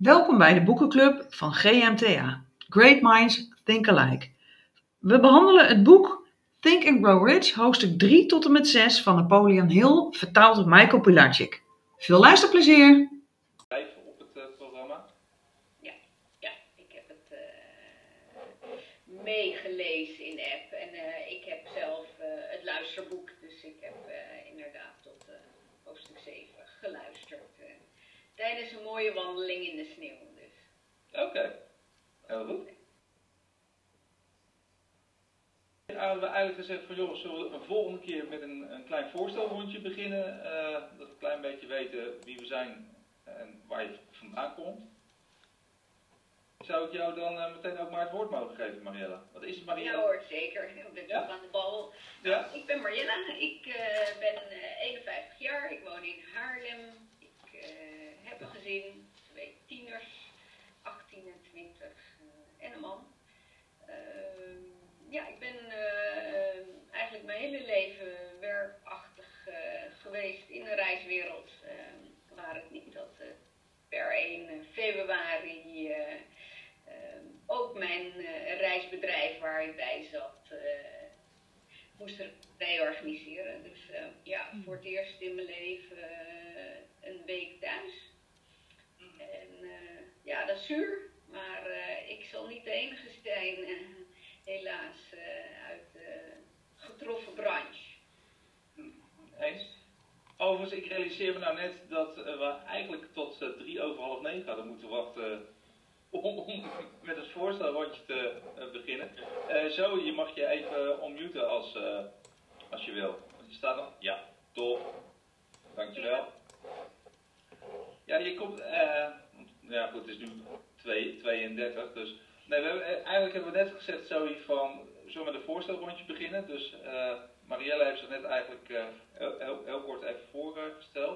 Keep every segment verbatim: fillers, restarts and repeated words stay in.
Welkom bij de boekenclub van G M T A, Great Minds Think Alike. We behandelen het boek Think and Grow Rich, hoofdstuk drie tot en met zes van Napoleon Hill, vertaald door Michael Pilarczyk. Veel luisterplezier! Op het uh, programma? Ja, ja, ik heb het uh, meegelezen in de app en uh, ik heb zelf uh, het luisterboek, dus ik heb uh, inderdaad tot uh, hoofdstuk zeven geluisterd. Uh, tijdens een mooie wandeling in de sneeuw. Dus. Oké, okay. Heel goed. We hadden eigenlijk gezegd van joh, zullen we een volgende keer met een, een klein voorstelrondje beginnen, uh, dat we een klein beetje weten wie we zijn en waar je vandaan komt. Zou ik jou dan uh, meteen ook maar het woord mogen geven, Mariella? Wat is het, Mariella? Ja hoor, zeker. Ik ben ja? aan de bal. Ja? Ik ben Mariella, ik uh, ben uh, eenenvijftig jaar, ik woon in Haarlem. Ik uh, heb een gezin, twee tieners, achttien en twintig uh, en een man. Uh, ja, ik ben uh, eigenlijk mijn hele leven werkachtig uh, geweest in de reiswereld. Uh, waar het niet dat uh, per één februari uh, uh, ook mijn uh, reisbedrijf waar ik bij zat uh, moest reorganiseren. Dus uh, ja, voor het eerst in mijn leven uh, een week thuis. En uh, ja, dat is zuur, maar uh, ik zal niet de enige zijn, uh, helaas, uh, uit de getroffen branche. Eens. Overigens, ik realiseer me nou net dat uh, we eigenlijk tot uh, drie over half negen hadden moeten wachten uh, om, om met het voorstelrondje te uh, beginnen. Uh, zo, je mag je even onmuten als, uh, als je wil. Je staat nog? Ja, top. Dankjewel. Ja, je komt, uh, ja goed, het is nu twee tweeëndertig, dus nee, we hebben, eigenlijk hebben we net gezegd Zoe van, zullen we met een voorstelrondje beginnen? Dus uh, Mariella heeft zich net eigenlijk uh, heel, heel, heel kort even voorgesteld.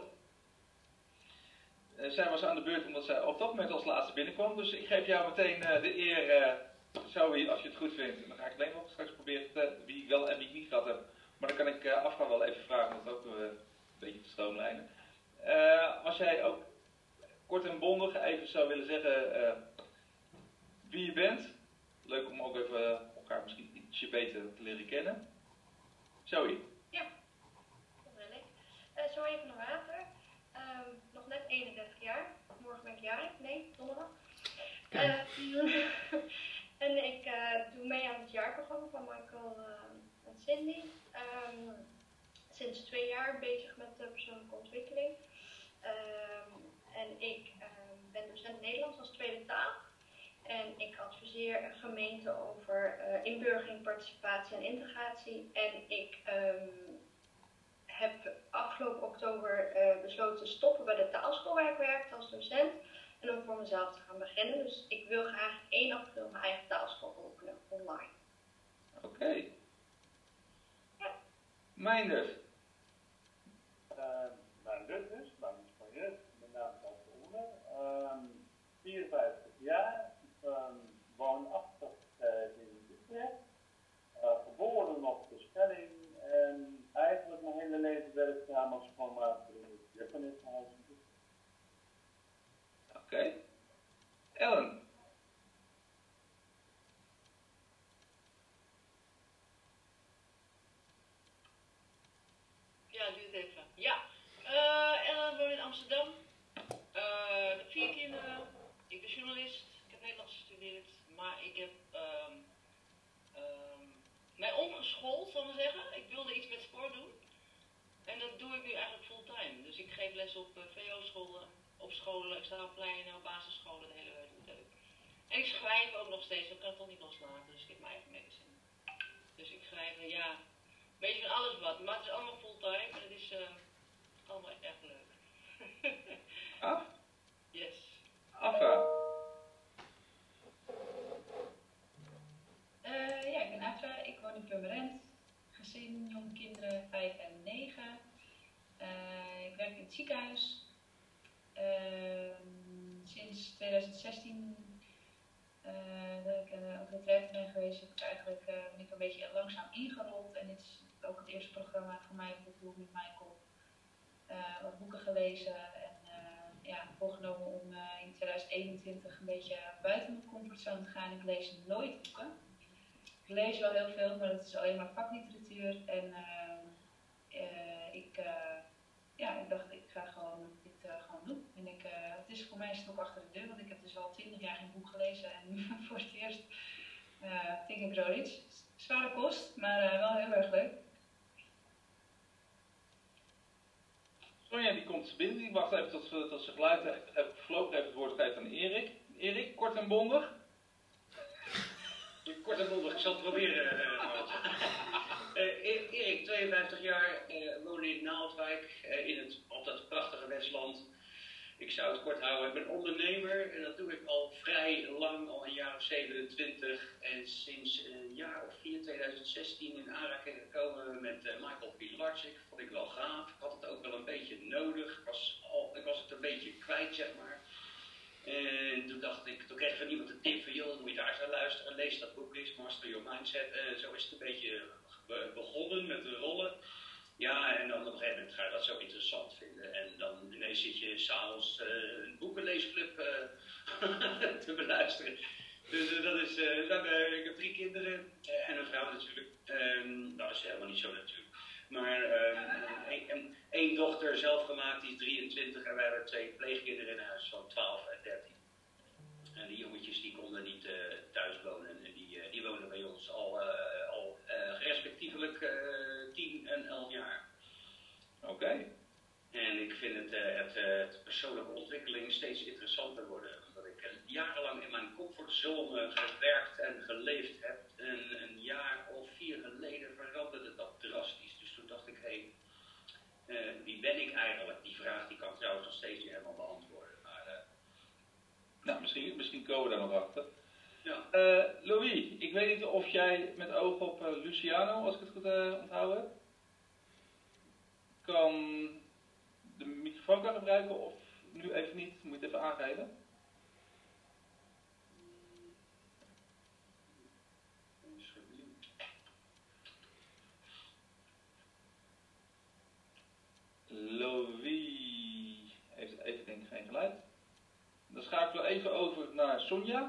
Uh, zij was aan de beurt omdat zij op dat moment als laatste binnenkwam, dus ik geef jou meteen uh, de eer, uh, Zoe, als je het goed vindt. En dan ga ik alleen nog straks proberen te, wie ik wel en wie ik niet gehad heb. Maar dan kan ik uh, afgaan wel even vragen, om dat ook uh, een beetje te stroomlijnen. Uh, als jij ook kort en bondig even zou willen zeggen uh, wie je bent. Leuk om ook even elkaar misschien ietsje beter te leren kennen. Zoe. Ja, dat wil ik. Uh, Zoe van der Water. Um, nog net eenendertig jaar. Morgen ben ik jarig. Nee, donderdag. Uh, en ik uh, doe mee aan het jaarprogramma van Michael uh, en Cindy. Um, sinds twee jaar bezig met uh, persoonlijke ontwikkeling. Um, en ik um, ben docent Nederlands als tweede taal. En ik adviseer gemeenten over uh, inburgering, participatie en integratie. En ik um, heb afgelopen oktober uh, besloten te stoppen bij de taalschool waar ik werkte als docent. En om voor mezelf te gaan beginnen. Dus ik wil graag één april mijn eigen taalschool openen, online. Oké. Okay. Ja. Meindert. Uh, Meindert dus, Meindert van je. Mijn naam is Hans Oene. Um, vierenvijftig jaar. Um, woonachtig uh, in Utrecht, uh, geboren op de Schelling en eigenlijk mijn hele leven werkzaam als schoonmaker in het Juffernishuis. Oké. Okay. Ellen. Ja, doe het even. Ja, uh, Ellen woont in Amsterdam. Uh, ik heb vier kinderen. Ik ben journalist. Nederlands gestudeerd, maar ik heb um, um, mij omgeschoold, zal ik maar zeggen. Ik wilde iets met sport doen. En dat doe ik nu eigenlijk fulltime. Dus ik geef les op uh, V O-scholen, op scholen, ik sta op pleinen, op basisscholen, de hele wereld. En ik schrijf ook nog steeds, dat kan ik toch niet loslaten. Dus ik heb mijn eigen magazine. Dus ik schrijf, uh, ja, een beetje van alles wat. Maar het is allemaal fulltime en het is uh, allemaal echt leuk. Af? Yes. Afra. Uh, ja, ik ben Afra, ik woon in Purmerend, gezin, jonge kinderen, vijf en negen. Uh, ik werk in het ziekenhuis. Uh, sinds twintig zestien uh, dat ik uh, op retraite ben geweest, heb ik eigenlijk, uh, ben ik een beetje langzaam ingerold. En dit is ook het eerste programma voor mij, voor het boek met Michael. Uh, wat boeken gelezen en uh, ja, voorgenomen om uh, in twintig eenentwintig een beetje buiten mijn comfortzone te gaan. Ik lees nooit boeken. Ik lees wel heel veel, maar het is alleen maar vakliteratuur. En uh, uh, ik, uh, ja, ik dacht, ik ga gewoon dit uh, gewoon doen. En ik, uh, het is voor mij een stok achter de deur, want ik heb dus al twintig jaar geen boek gelezen. En nu voor het eerst uh, Think and Grow Rich. Zware kost, maar uh, wel heel erg leuk. Sonja die komt binnen, die wacht even tot ze, tot ze geluid heeft voorlopig even het woord geeft aan Erik. Erik, kort en bondig. Kort en bondig, ik zal het proberen. Uh, uh, Erik, tweeënvijftig jaar, uh, woon in Naaldwijk, uh, in het, op dat prachtige Westland. Ik zou het kort houden, ik ben ondernemer en dat doe ik al vrij lang, al een jaar of zevenentwintig. En sinds een jaar of vier, twintig zestien, in aanraking gekomen met uh, Michael Pilarczyk. Vond ik wel gaaf, ik had het ook wel een beetje nodig. Ik was, al, ik was het een beetje kwijt, zeg maar. En toen dacht ik, toen kreeg ik van iemand een tip van, joh, dan moet je daar eens naar luisteren. Lees dat boek eens, Master Your Mindset. En zo is het een beetje begonnen met de rollen. Ja, en dan op een gegeven moment ga je dat zo interessant vinden. En dan ineens zit je s'avonds uh, een boekenleesclub uh, te beluisteren. Dus uh, dat is, uh, dat, uh, ik heb drie kinderen uh, en een vrouw natuurlijk. Um, dat is helemaal niet zo natuurlijk. Maar um, één dochter zelf gemaakt, die is drieëntwintig en wij hebben twee pleegkinderen in huis van twaalf en dertien. En die jongetjes die konden niet uh, thuis wonen en die, uh, die wonen bij ons al, uh, al uh, respectievelijk uh, tien en elf jaar. Oké. Okay. En ik vind het, uh, het, uh, het persoonlijke ontwikkeling steeds interessanter worden. Omdat ik uh, jarenlang in mijn comfortzone gewerkt en geleefd heb. En een jaar of vier geleden veranderde dat drastisch. Dus toen dacht ik, hé, hey, uh, wie ben ik eigenlijk? Die vraag die kan ik trouwens nog steeds niet helemaal beantwoorden. Maar, uh, nou, misschien, misschien komen we daar nog achter. Ja. Uh, Louis, ik weet niet of jij met oog op uh, Luciano, als ik het goed uh, onthouden heb, kan de microfoon kan gebruiken of nu even niet, moet je het even aangeven. Louis heeft even denk ik geen geluid. Dan schakelen we even over naar Sonja.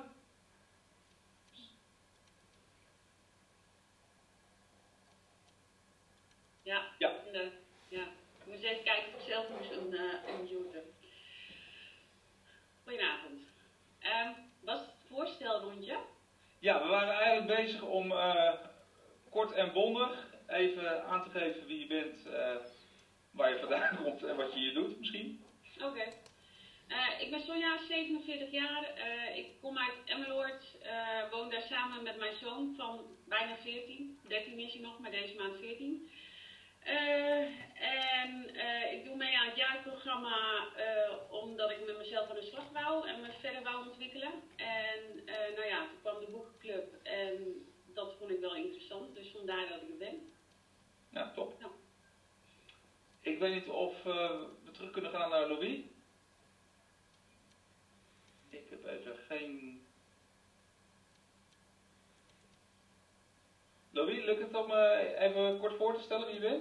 Ja, ja. De, ja. Ik moet eens even kijken of ik zelf moest een, uh, een user. Goedenavond. Um, was het voorstelrondje? Ja, we waren eigenlijk bezig om uh, kort en bondig even aan te geven wie je bent, uh, waar je vandaan komt en wat je hier doet misschien. Oké. Okay. Uh, ik ben Sonja, zevenenveertig jaar. Uh, ik kom uit Emmeloord. Uh, woon daar samen met mijn zoon van bijna veertien. dertien is hij nog, maar deze maand veertien. Uh, en uh, ik doe mee aan het jaarprogramma uh, omdat ik met mezelf aan de slag wou en me verder wou ontwikkelen. En uh, nou ja, toen kwam de boekenclub en dat vond ik wel interessant, dus vandaar dat ik er ben. Ja, top. Ja. Ik weet niet of uh, we terug kunnen gaan naar Louis. Ik heb even geen... Louis, lukt het om uh, even kort voor te stellen wie je bent?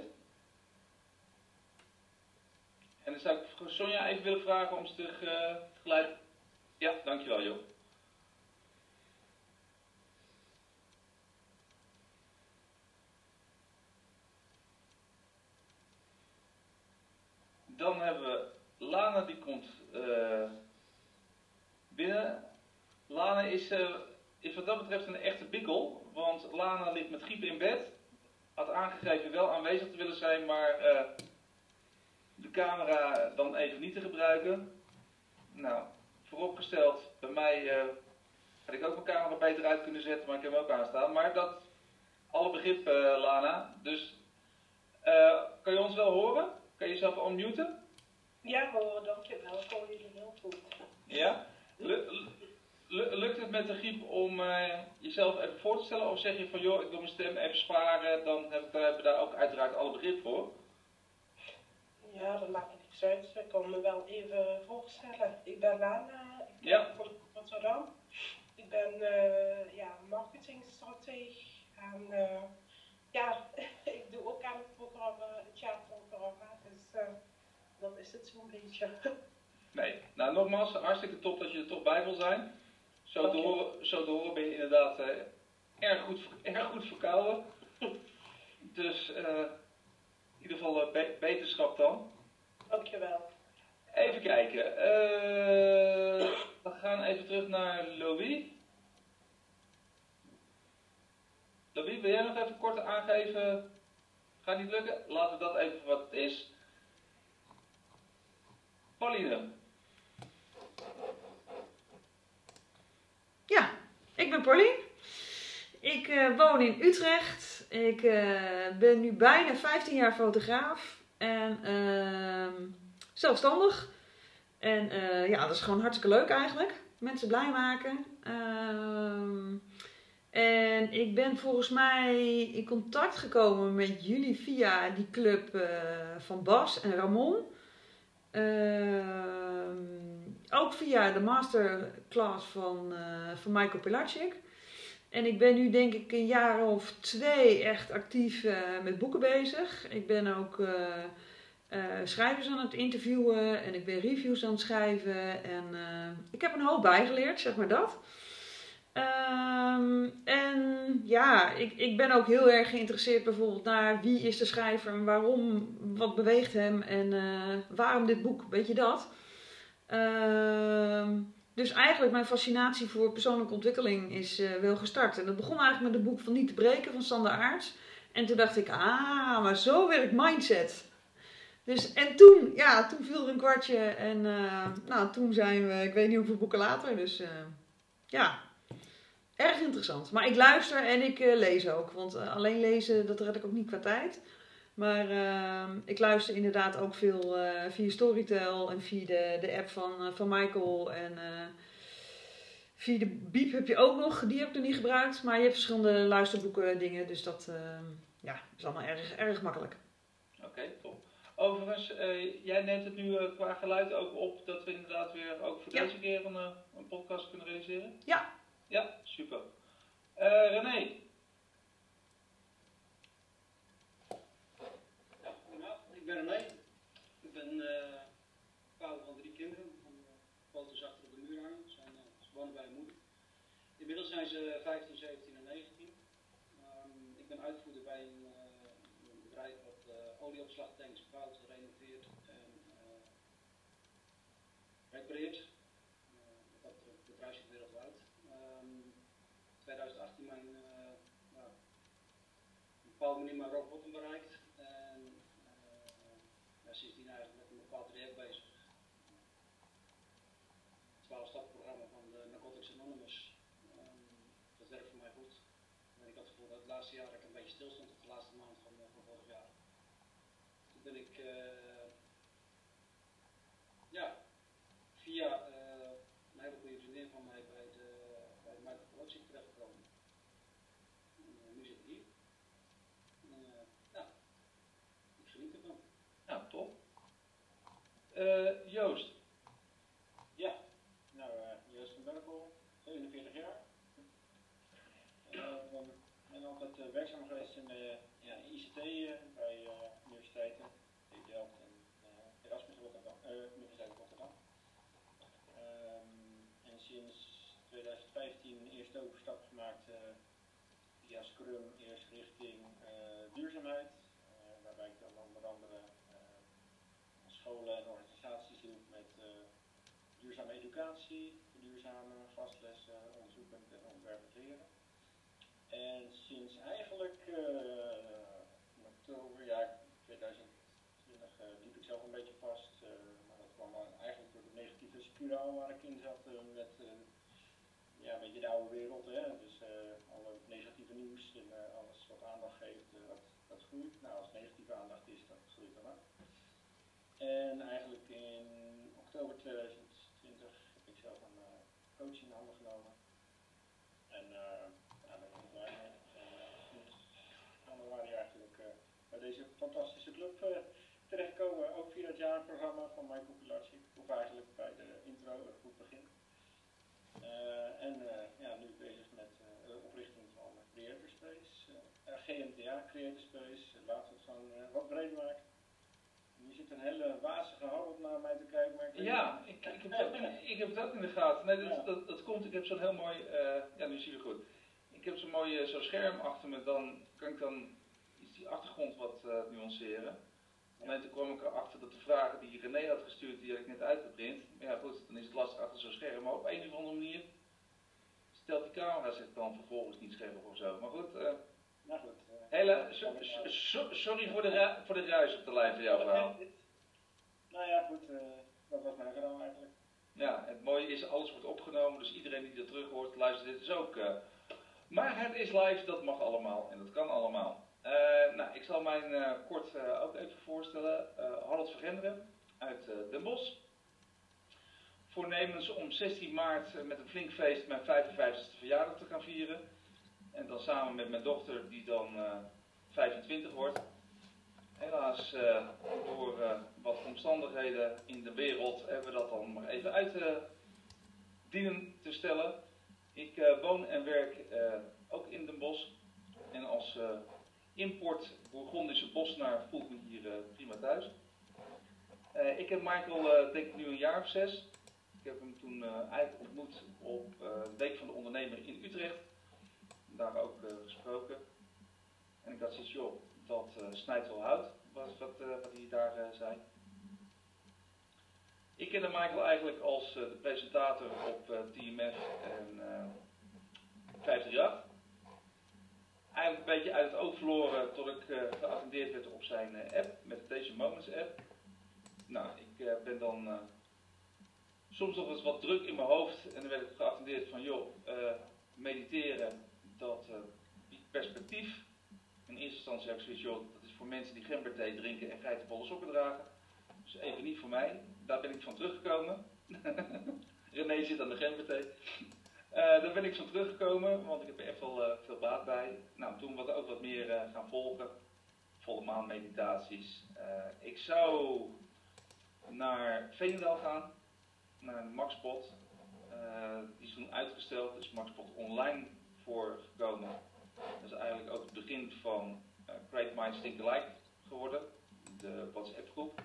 En dan zou ik Sonja even willen vragen om zich uh, gelijk... Ja, dankjewel joh. Dan hebben we Lana, die komt uh, binnen. Lana is, uh, is wat dat betreft een echte bikkel, want Lana ligt met griep in bed. Had aangegeven wel aanwezig te willen zijn, maar uh, de camera dan even niet te gebruiken. Nou, vooropgesteld, bij mij uh, had ik ook mijn camera beter uit kunnen zetten, maar ik heb hem ook aanstaan. Maar dat, alle begrip uh, Lana. Dus, uh, kan je ons wel horen? Kan je jezelf unmuten? Ja hoor, dankjewel. Ik hoor jullie heel goed. Ja? L lukt het met de griep om uh, jezelf even voor te stellen? Of zeg je van joh, ik wil mijn stem even sparen, dan heb ik daar, daar ook uiteraard alle begrip voor? Ja, dat maakt niks uit. Ik kan me wel even voorstellen. Ik ben Lana, ik ben ja. van Rotterdam. Ik ben uh, ja, marketingstrateeg en uh, ja, ik doe ook aan het programma, het jaarprogramma. Dus uh, dat is het zo'n beetje. Nee. Nou, nogmaals, hartstikke top dat je er toch bij wil zijn. Zo te horen, zo te horen ben je inderdaad uh, erg, goed, erg goed verkouden. Dus uh, in ieder geval uh, be beterschap dan. Dankjewel. Even kijken. Uh, we gaan even terug naar Louis. Louis, wil jij nog even kort aangeven? Gaat niet lukken? Laten we dat even wat het is. Pauline. Ja, ik ben Pauline. Ik uh, woon in Utrecht. Ik uh, ben nu bijna vijftien jaar fotograaf. En uh, zelfstandig. En uh, ja, dat is gewoon hartstikke leuk eigenlijk. Mensen blij maken. Uh, en ik ben volgens mij in contact gekomen met jullie via die club uh, van Bas en Ramon. Uh, ook via de masterclass van, uh, van Michael Pilarczyk. En ik ben nu denk ik een jaar of twee echt actief uh, met boeken bezig. Ik ben ook uh, uh, schrijvers aan het interviewen en ik ben reviews aan het schrijven. En uh, ik heb een hoop bijgeleerd, zeg maar dat. Um, en ja, ik, ik ben ook heel erg geïnteresseerd bijvoorbeeld naar wie is de schrijver en waarom, wat beweegt hem en uh, waarom dit boek, weet je dat? Um, dus eigenlijk mijn fascinatie voor persoonlijke ontwikkeling is uh, wel gestart. En dat begon eigenlijk met het boek van Niet te breken van Sander Aarts. En toen dacht ik, ah, maar zo werkt mindset. Dus, en toen, ja, toen viel er een kwartje en uh, nou, toen zijn we, ik weet niet hoeveel boeken later, dus uh, ja... Erg interessant. Maar ik luister en ik uh, lees ook. Want uh, alleen lezen, dat red ik ook niet qua tijd. Maar uh, ik luister inderdaad ook veel uh, via Storytel en via de, de app van, uh, van Michael. En uh, via de Biep heb je ook nog. Die heb ik nog niet gebruikt. Maar je hebt verschillende luisterboeken dingen. Dus dat uh, ja, is allemaal erg, erg makkelijk. Oké, okay, top. Overigens, uh, jij neemt het nu uh, qua geluid ook op dat we inderdaad weer ook voor ja. deze keer een, uh, een podcast kunnen realiseren? Ja. Ja, super. Uh, René. Ja, goedenavond. Ik ben René. Ik ben uh, vader van drie kinderen. Van uh, foto's achter op de muur hangen. Ze, zijn, uh, ze wonen bij hun moeder. Inmiddels zijn ze vijftien, zeventien en negentien. Um, ik ben uitvoerder bij een, uh, een bedrijf wat uh, olieopslagtanks bouwt, renoveert en uh, repareert. Uh, dat bedrijf zit wereldwijd. twintig achttien mijn uh, nou, op een bepaalde manier mijn rock bottom bereikt en uh, ja, sindsdien eigenlijk met een bepaald traject bezig. Het twaalf stap programma van de Narcotics Anonymous, um, dat werkt voor mij goed. En ik had het gevoel dat het laatste jaar dat ik een beetje stil stond op de laatste maand van, uh, van vorig jaar. Toen ben ik uh, ja, via uh, een hele goede vriendin van mij bij de bij Michael Pilarczyk terechtgekomen. Uh, nu zit ik hier. Uh, ja, ik geniet ervan. Nou, top. Uh, Joost. Ja, nou, uh, Joost van Berkel, zevenenveertig jaar. Ik uh, ben altijd uh, werkzaam geweest in de ja, I C T uh, bij uh, universiteiten, T U Delft en uh, Erasmus Rotterdam, uh, Universiteit Rotterdam. Um, en sinds twintig vijftien de eerste overstap gemaakt uh, via Scrum, eerst richting uh, duurzaamheid, uh, waarbij ik dan onder andere uh, scholen en organisaties hielp met uh, duurzame educatie, verduurzamen, vastlessen, onderzoekend en ontwerpend leren. En sinds eigenlijk uh, in oktober, ja, twintig twintig uh, liep ik zelf een beetje vast, uh, maar dat kwam eigenlijk door de negatieve spiraal waar ik in zat uh, met uh, ja, een beetje de oude wereld, hè? Dus uh, alle negatieve nieuws en uh, alles wat aandacht geeft, uh, dat, dat groeit. Nou, als negatieve aandacht is, dat groeit dan ook. En eigenlijk in oktober twintig twintig heb ik zelf een uh, coach in handen genomen. En uh, ja, daar ben ik blij mee. En uh, in januari eigenlijk uh, bij deze fantastische club uh, terechtkomen, ook via het jaarprogramma van Michael Pilarczyk, of eigenlijk bij de intro, een goed begin. Uh, en uh, ja, nu bezig met uh, de oprichting van Creator Space, uh, G M T A Creator Space. Uh, laten we het gewoon uh, wat breder maken. En hier zit zit een hele wazige Harold naar mij te kijken. Maar ik weet Ja, niet. ik, ik, heb het ook, ik heb het ook in de gaten. Nee, dat, Ja. dat, dat komt, ik heb zo'n heel mooi, uh, ja nu zie je het goed. Ik heb zo'n mooi uh, zo'n scherm achter me, dan kan ik dan iets die achtergrond wat uh, nuanceren. En toen kwam ik erachter dat de vragen die René had gestuurd, die had ik net uitgeprint. Maar ja goed, dan is het lastig achter zo'n scherm. Maar op een of andere manier stelt die camera zich dan vervolgens niet scherp of zo. Maar goed, uh, nou goed uh, hele, so, so, sorry voor de, ru voor de ruis op de lijn van jouw verhaal. Nou ja goed, uh, dat was mijn verhaal eigenlijk. Ja, het mooie is, alles wordt opgenomen, dus iedereen die dat terug hoort, luistert dit dus ook. Uh. Maar het is live, dat mag allemaal en dat kan allemaal. Uh, nou, ik zal mij uh, kort uh, ook even voorstellen. Uh, Harold Vergenderen uit uh, Den Bosch. Voornemens om zestien maart uh, met een flink feest mijn vijfenvijftigste verjaardag te gaan vieren. En dan samen met mijn dochter die dan uh, vijfentwintig wordt. Helaas uh, door uh, wat omstandigheden in de wereld hebben we dat dan maar even uit uh, dienen te stellen. Ik uh, woon en werk uh, ook in Den Bosch. En als uh, import Bourgondische bosnaar voel ik me hier uh, prima thuis. Uh, ik heb Michael uh, denk ik nu een jaar of zes. Ik heb hem toen uh, eigenlijk ontmoet op uh, de Week van de Ondernemer in Utrecht. Daar ook uh, gesproken. En ik had zoiets, joh, dat uh, snijdt wel hout, was wat, uh, wat hij daar uh, zei. Ik kende Michael eigenlijk als uh, de presentator op uh, T M F en uh, vijfhonderdachtendertig. Eigenlijk een beetje uit het oog verloren tot ik uh, geattendeerd werd op zijn uh, app, met de Deze Moments app. Nou, ik uh, ben dan uh, soms nog eens wat druk in mijn hoofd en dan werd ik geattendeerd van joh, uh, mediteren, dat uh, biedt perspectief. In eerste instantie heb ik zoiets, joh, dat is voor mensen die gemberthee drinken en geitenwolle sokken dragen. Dus even niet voor mij. Daar ben ik van teruggekomen. René zit aan de gemberthee. Uh, daar ben ik van teruggekomen, want ik heb er echt wel uh, veel baat bij. Nou, toen wat ook wat meer uh, gaan volgen. Volle maan meditaties. Uh, ik zou naar Veenendaal gaan. Naar een Maxpot. Uh, die is toen uitgesteld, dus Maxpot online voorgekomen. Dat is eigenlijk ook het begin van uh, Great Minds Think Alike geworden, de WhatsApp groep.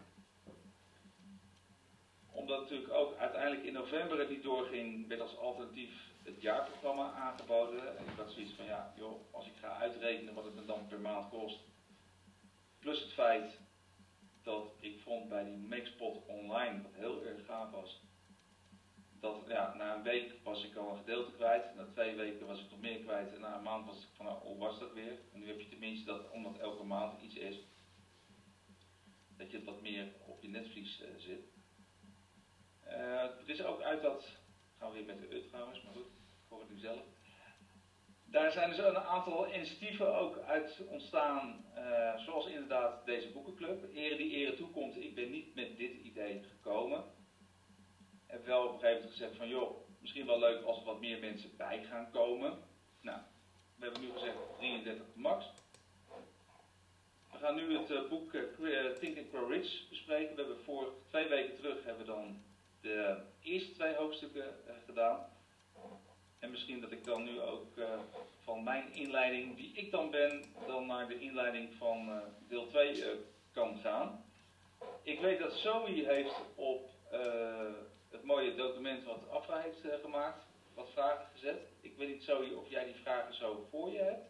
Omdat natuurlijk ook uiteindelijk in november het niet doorging, werd als alternatief het jaarprogramma aangeboden. En ik had zoiets van, ja joh, als ik ga uitrekenen wat het me dan per maand kost. Plus het feit dat ik vond bij die Maxpot online, wat heel erg gaaf was, dat ja, na een week was ik al een gedeelte kwijt, na twee weken was ik nog meer kwijt en na een maand was ik van, nou, hoe was dat weer? En nu heb je tenminste dat, omdat elke maand iets is, dat je het wat meer op je netvlies uh, zit. Uh, er is ook uit dat, gaan we weer met de ut trouwens, maar goed, ik hoor het nu zelf. Daar zijn dus een aantal initiatieven ook uit ontstaan, uh, zoals inderdaad deze boekenclub. Ere die ere toekomt, ik ben niet met dit idee gekomen. Ik heb wel op een gegeven moment gezegd van joh, misschien wel leuk als er wat meer mensen bij gaan komen. Nou, we hebben nu gezegd drieëndertig max. We gaan nu het uh, boek uh, Think and Grow Rich bespreken. We hebben voor twee weken terug hebben we dan de eerste twee hoofdstukken uh, gedaan. En misschien dat ik dan nu ook uh, van mijn inleiding, wie ik dan ben, dan naar de inleiding van uh, deel twee uh, kan gaan. Ik weet dat Zoe heeft op uh, het mooie document wat Afra heeft uh, gemaakt, wat vragen gezet. Ik weet niet, Zoe, of jij die vragen zo voor je hebt?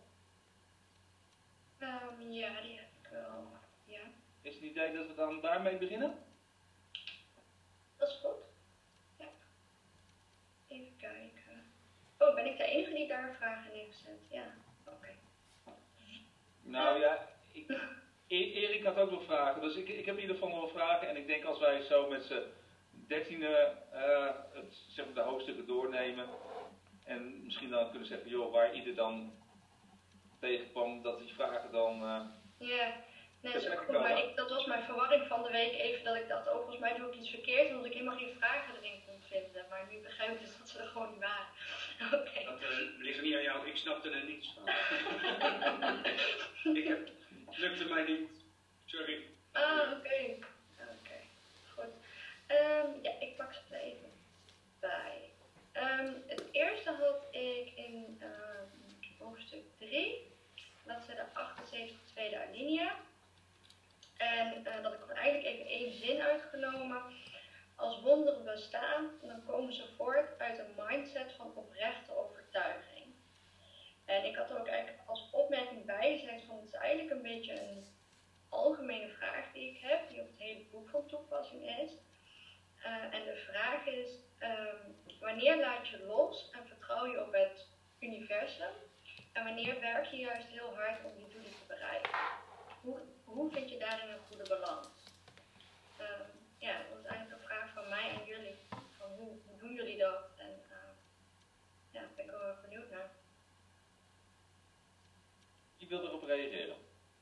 Um, ja, die heb ik wel. Ja. Is het idee dat we dan daarmee beginnen? Dat is goed. Ja. Even kijken. Oh, ben ik de enige die daar vragen in heeft gezet? Ja, oké. Okay. Nou ja, ik, e Erik had ook nog vragen, dus ik, ik heb in ieder geval nog wel vragen. En ik denk als wij zo met z'n dertiende uh, het, zeg maar de hoofdstukken doornemen. En misschien dan kunnen zeggen, joh, waar ieder dan tegenkwam, dat die vragen dan... Uh, ja, nee, dat is ook goed, maar ik, dat was mijn verwarring van de week even, dat ik dacht, oh, volgens mij doe ik iets verkeerd, omdat ik helemaal geen vragen erin kon vinden. Maar nu begrijp ik dus dat ze er gewoon niet waren. Oké. Okay. Dat uh, ligt niet aan jou, ik snapte er niets van. ik heb, lukte mij niet, sorry. Ah, oké. Okay. Oké, okay. Goed. Um, ja, ik pak ze er even bij. Um, het eerste had ik in um, hoofdstuk drie, dat ze de achtenzeventig tweede alinea. En uh, dat ik gewoon eigenlijk even één bestaan, dan komen ze voort uit een mindset van oprechte overtuiging. En ik had er ook eigenlijk als opmerking bij gezegd van het is eigenlijk een beetje een algemene vraag die ik heb, die op het hele boek van toepassing is. Uh, en de vraag is, um, wanneer laat je los en vertrouw je op het universum? En wanneer werk je juist heel hard om die doelen te bereiken? Hoe, hoe vind je daarin een goede balans? Um, ja, dat is eigenlijk een vraag van mij en jullie. Van hoe, hoe doen jullie dat? En uh, ja, daar ben ik wel erg benieuwd naar. Ik wil erop reageren.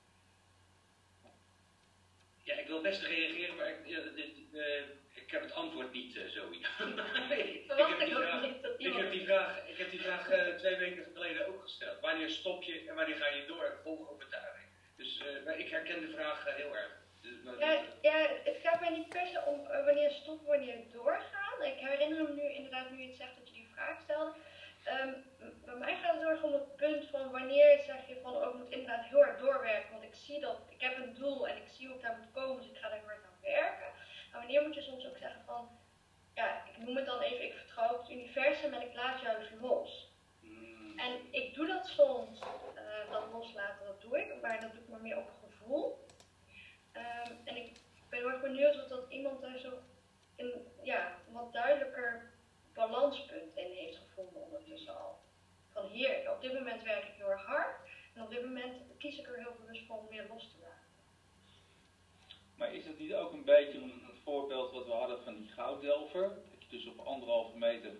Ja, ik wil best reageren, maar ik, ja, dit, uh, ik heb het antwoord niet, uh, Zoe. ik, heb die vraag, ik heb die vraag, ik heb die vraag uh, twee weken geleden ook gesteld. Wanneer stop je en wanneer ga je door? Vol overtuiging. Dus uh, maar ik herken de vraag uh, heel erg. Dus, maar, ja, ja, het gaat mij niet per se om uh, wanneer stoppen, wanneer doorgaan. Ik herinner me nu inderdaad, nu je het zegt, dat je die vraag stelde. Um, bij mij gaat het heel erg om het punt van wanneer zeg je van oh, ik moet inderdaad heel hard doorwerken, want ik zie dat, ik heb een doel en ik zie hoe ik daar moet komen, dus ik ga daar heel hard aan werken. En wanneer moet je soms ook zeggen van, ja, ik noem het dan even, ik vertrouw op het universum en ik laat juist los. Mm. En ik doe dat soms, uh, dat loslaten, dat doe ik, maar dat doe ik maar meer op gevoel. Um, en ik ben heel erg benieuwd of dat iemand daar zo een ja, wat duidelijker balanspunt in heeft gevonden ondertussen al. Van hier, op dit moment werk ik heel erg hard en op dit moment kies ik er heel bewust voor om meer los te laten. Maar is het niet ook een beetje het voorbeeld wat we hadden van die gouddelver? Dat je dus op anderhalve meter,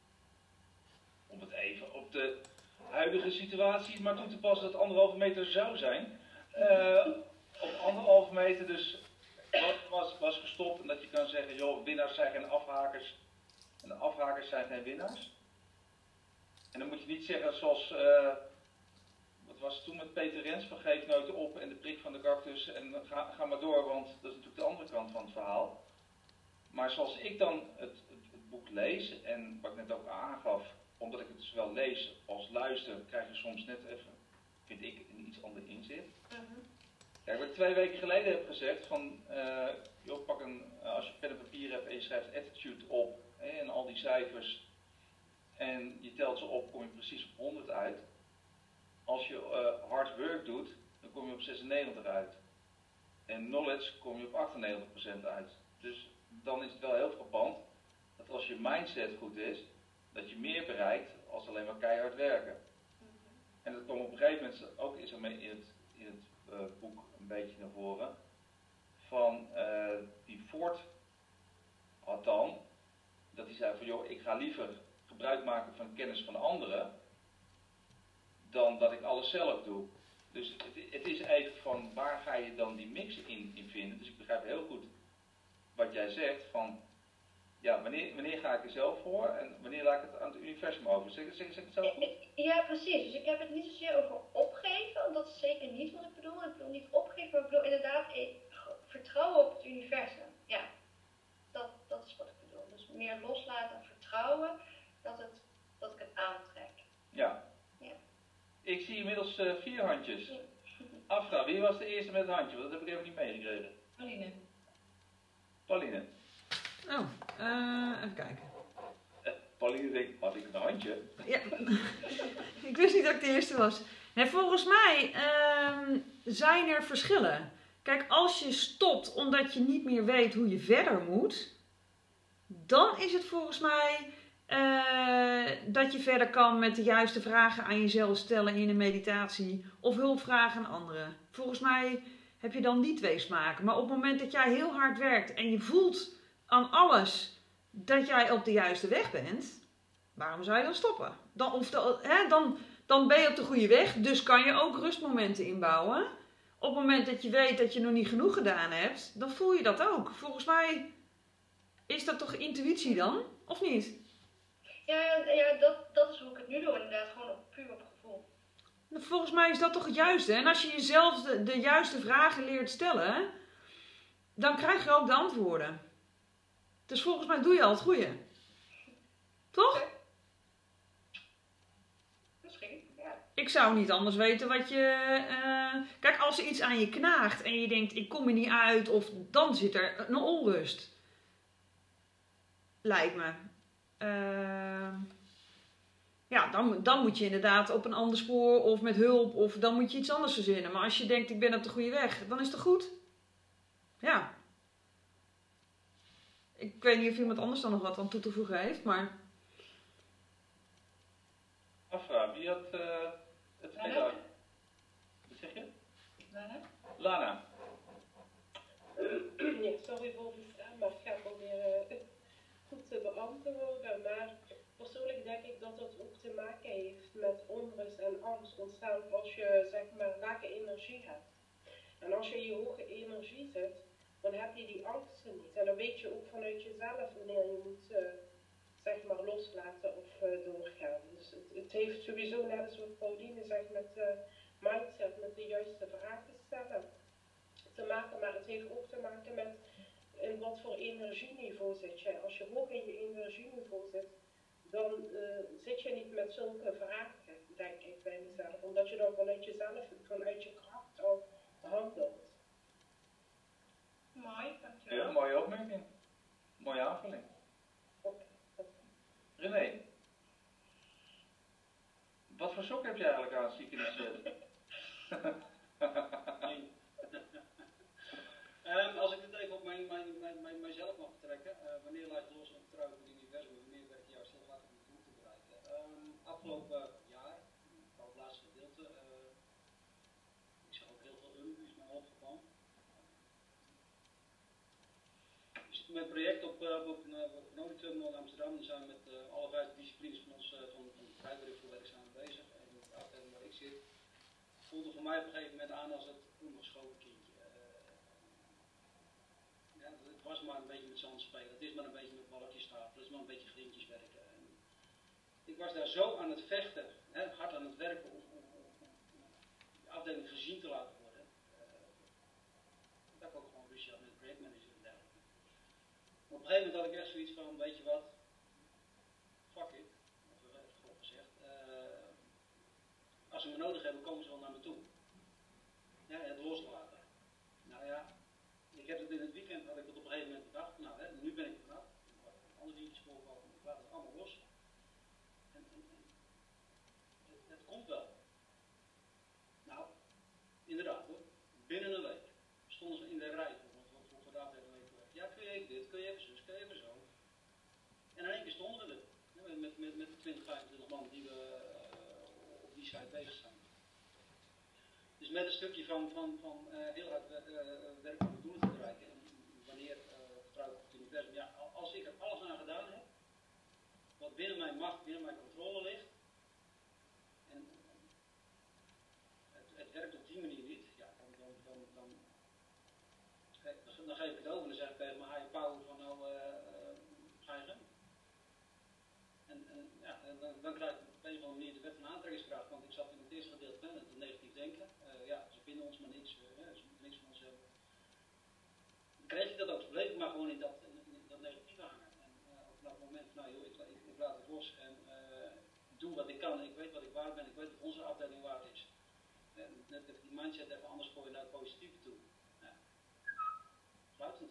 om het even op de huidige situatie maar toe te passen dat anderhalve meter zou zijn. Uh, op anderhalve meter dus was, was, was gestopt en dat je kan zeggen, joh, winnaars zijn geen afhakers. En de afhakers zijn geen winnaars. En dan moet je niet zeggen zoals, uh, wat was het toen met Peter Rens, van geef nooit op en de prik van de cactus en ga, ga maar door, want dat is natuurlijk de andere kant van het verhaal. Maar zoals ik dan het, het, het boek lees, en wat ik net ook aangaf, omdat ik het dus wel lees als luister, krijg je soms net even, vind ik, een iets ander inzicht. Mm-hmm. Kijk, wat ik twee weken geleden heb gezegd, van, uh, joh, pak een, uh, als je pen en papier hebt en je schrijft attitude op, hè, en al die cijfers, en je telt ze op, kom je precies op honderd uit. Als je uh, hard work doet, dan kom je op zesennegentig uit. En knowledge kom je op achtennegentig procent uit. Dus dan is het wel heel frappant dat als je mindset goed is, dat je meer bereikt als alleen maar keihard werken. En dat kwam op een gegeven moment ook is er mee in het, in het uh, boek een beetje naar voren. Van uh, die Ford had dan, dat hij zei van joh, ik ga liever gebruik maken van kennis van anderen, dan dat ik alles zelf doe. Dus het, het is even van waar ga je dan die mix in, in vinden. Dus ik begrijp heel goed wat jij zegt van ja, wanneer, wanneer ga ik er zelf voor en wanneer laat ik het aan het universum over? Zeg, zeg, zeg het zelf goed? Ja, precies. Dus ik heb het niet zozeer over opgeven, dat is zeker niet wat ik bedoel. Ik bedoel niet opgeven, maar ik bedoel inderdaad vertrouwen op het universum. Ja, dat, dat is wat ik bedoel. Dus meer loslaten en vertrouwen dat, het, dat ik het aantrek. Ja. Ja. Ik zie inmiddels uh, vier handjes. Ja. Afra, wie was de eerste met het handje? Want dat heb ik even niet meegekregen. Pauline. Pauline. Oh, uh, even kijken. Uh, Pauline denkt, had ik een handje? Ja, ik wist niet dat ik de eerste was. Nee, volgens mij uh, zijn er verschillen. Kijk, als je stopt omdat je niet meer weet hoe je verder moet, dan is het volgens mij uh, dat je verder kan met de juiste vragen aan jezelf stellen in een meditatie of hulpvragen aan anderen. Volgens mij heb je dan die twee smaken. Maar op het moment dat jij heel hard werkt en je voelt aan alles dat jij op de juiste weg bent, waarom zou je dan stoppen? Dan, of de, hè, dan, dan ben je op de goede weg, dus kan je ook rustmomenten inbouwen. Op het moment dat je weet dat je nog niet genoeg gedaan hebt, dan voel je dat ook. Volgens mij is dat toch intuïtie dan, of niet? Ja, ja dat, dat is hoe ik het nu doe, inderdaad, gewoon op, puur op gevoel. Volgens mij is dat toch het juiste. En als je jezelf de, de juiste vragen leert stellen, dan krijg je ook de antwoorden. Dus volgens mij doe je al het goede. Toch? Misschien, ja. Ik zou niet anders weten wat je... Uh... Kijk, als er iets aan je knaagt en je denkt, ik kom er niet uit, of dan zit er een onrust. lijkt me. Uh, ja, dan, dan moet je inderdaad op een ander spoor of met hulp of dan moet je iets anders verzinnen. Maar als je denkt ik ben op de goede weg, dan is het goed. Ja. Ik weet niet of iemand anders dan nog wat aan toe te voegen heeft, maar... Afra, wie had uh, het gedaan? Wat zeg je? Lana? Lana. Ja, sorry voor de vraag, maar ik ga proberen uh, goed te beantwoorden. Maar persoonlijk denk ik dat dat ook te maken heeft met onrust en angst ontstaan als je zeg maar lage energie hebt. En als je in je hoge energie zit, dan heb je die angsten niet. En dan weet je ook vanuit jezelf wanneer je moet uh, zeg maar loslaten of uh, doorgaan. Dus het, het heeft sowieso, net als wat Pauline zegt, met uh, mindset, met de juiste vragen stellen te maken. Maar het heeft ook te maken met in wat voor energieniveau zit je. Als je hoog in je energieniveau zit, dan uh, zit je niet met zulke vragen, denk ik bij mezelf. Omdat je dan vanuit jezelf, vanuit je kracht al handelt. Mooi, dankjewel. Ja, mooie opmerking. Mooie aanvulling. René. Wat voor sok heb je eigenlijk aan, zie ik in de set? um, als ik het even op mijn, mijn, mijn, mijn, mijzelf mag betrekken, uh, wanneer laat je los en vertrouwen op het universum, wanneer werk je juist heel hard om het doel te bereiken? Um, afgelopen jaar, vooral het laatste gedeelte, uh, ik zag ook heel veel um, is mij opgevallen. We zitten met een project op, uh, op een Noditerminal in Amsterdam, daar zijn we met uh, alle vijf disciplines van ons uh, van, van het vrijwilligwerk zijn we bezig. En in de afdeling waar ik zit, voelde voor mij op een gegeven moment aan als het ongeschoven kindje. Uh, ja, het was maar een beetje met zand spelen, het is maar een beetje met balletjes stapelen, het is maar een beetje vriendjes werken. En ik was daar zo aan het vechten, hè, hard aan het werken om, om, om, om de afdeling gezien te laten worden. Uh, dat ik ook gewoon ruzie had met de projectmanager en dergelijke. Maar op een gegeven moment had ik echt zoiets van, weet je wat, fuck it, even grof gezegd. Uh, als ze me nodig hebben, komen ze wel naar me toe. Ja, het loslaten. Nou ja, ik heb het in het weekend, had ik het op een gegeven moment bedacht, nou hè, nu ben ik er vanaf, ik had andere dingetjes voorgevallen, ik laat het allemaal los. En, en, en het, het komt wel. Nou, inderdaad hoor, binnen een week stonden ze in de rij voor, voor, voor, voor de afdeling. Ja, kun je even dit, kun je even zus, kun je even zo. En in één keer stonden we er. Ja, met, met, met de twintig, vijfentwintig man die we uh, op die site bezig zijn. Dus met een stukje van, van, van uh, heel hard uh, werken om doelen te bereiken. En wanneer uh, vertrouwen op het universum. Ja, als ik er alles aan gedaan heb, wat binnen mijn macht, binnen mijn controle ligt. En het, het werkt op die manier niet. Ja, dan, dan, dan, dan Dan geef ik het over en dan zeg ik tegen mijn higher power van nou, uh, uh, ga je gang. En, en, ja, en dan, dan krijg ik op een of andere manier de wet van aantrekkingskracht, want ik zat in het eerste gedeelte met het negatief denken. Uh, ja, ze vinden ons maar niks, uh, ze moeten niks van ons hebben. Dan kreeg ik dat ook, bleef ik maar gewoon in dat, in, in dat negatieve hangen. En uh, op dat moment, nou joh, ik, ik, ik laat het los en uh, ik doe wat ik kan, ik weet wat ik waard ben, ik weet wat onze afdeling waard is. En net even die mindset even anders gooien naar het positieve toe. Sluitend.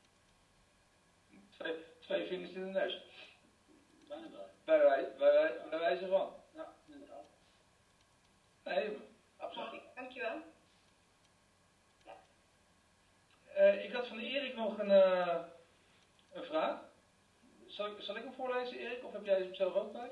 Twee, twee vingers in de neus. Bijna wel. Bij, wij, bij, wij, bij wijze van. Ja, inderdaad. Nee, absoluut. Dankjewel. Ja. Uh, ik had van Erik nog een, uh, een vraag. Zal ik, zal ik hem voorlezen, Erik, of heb jij hem zelf ook bij?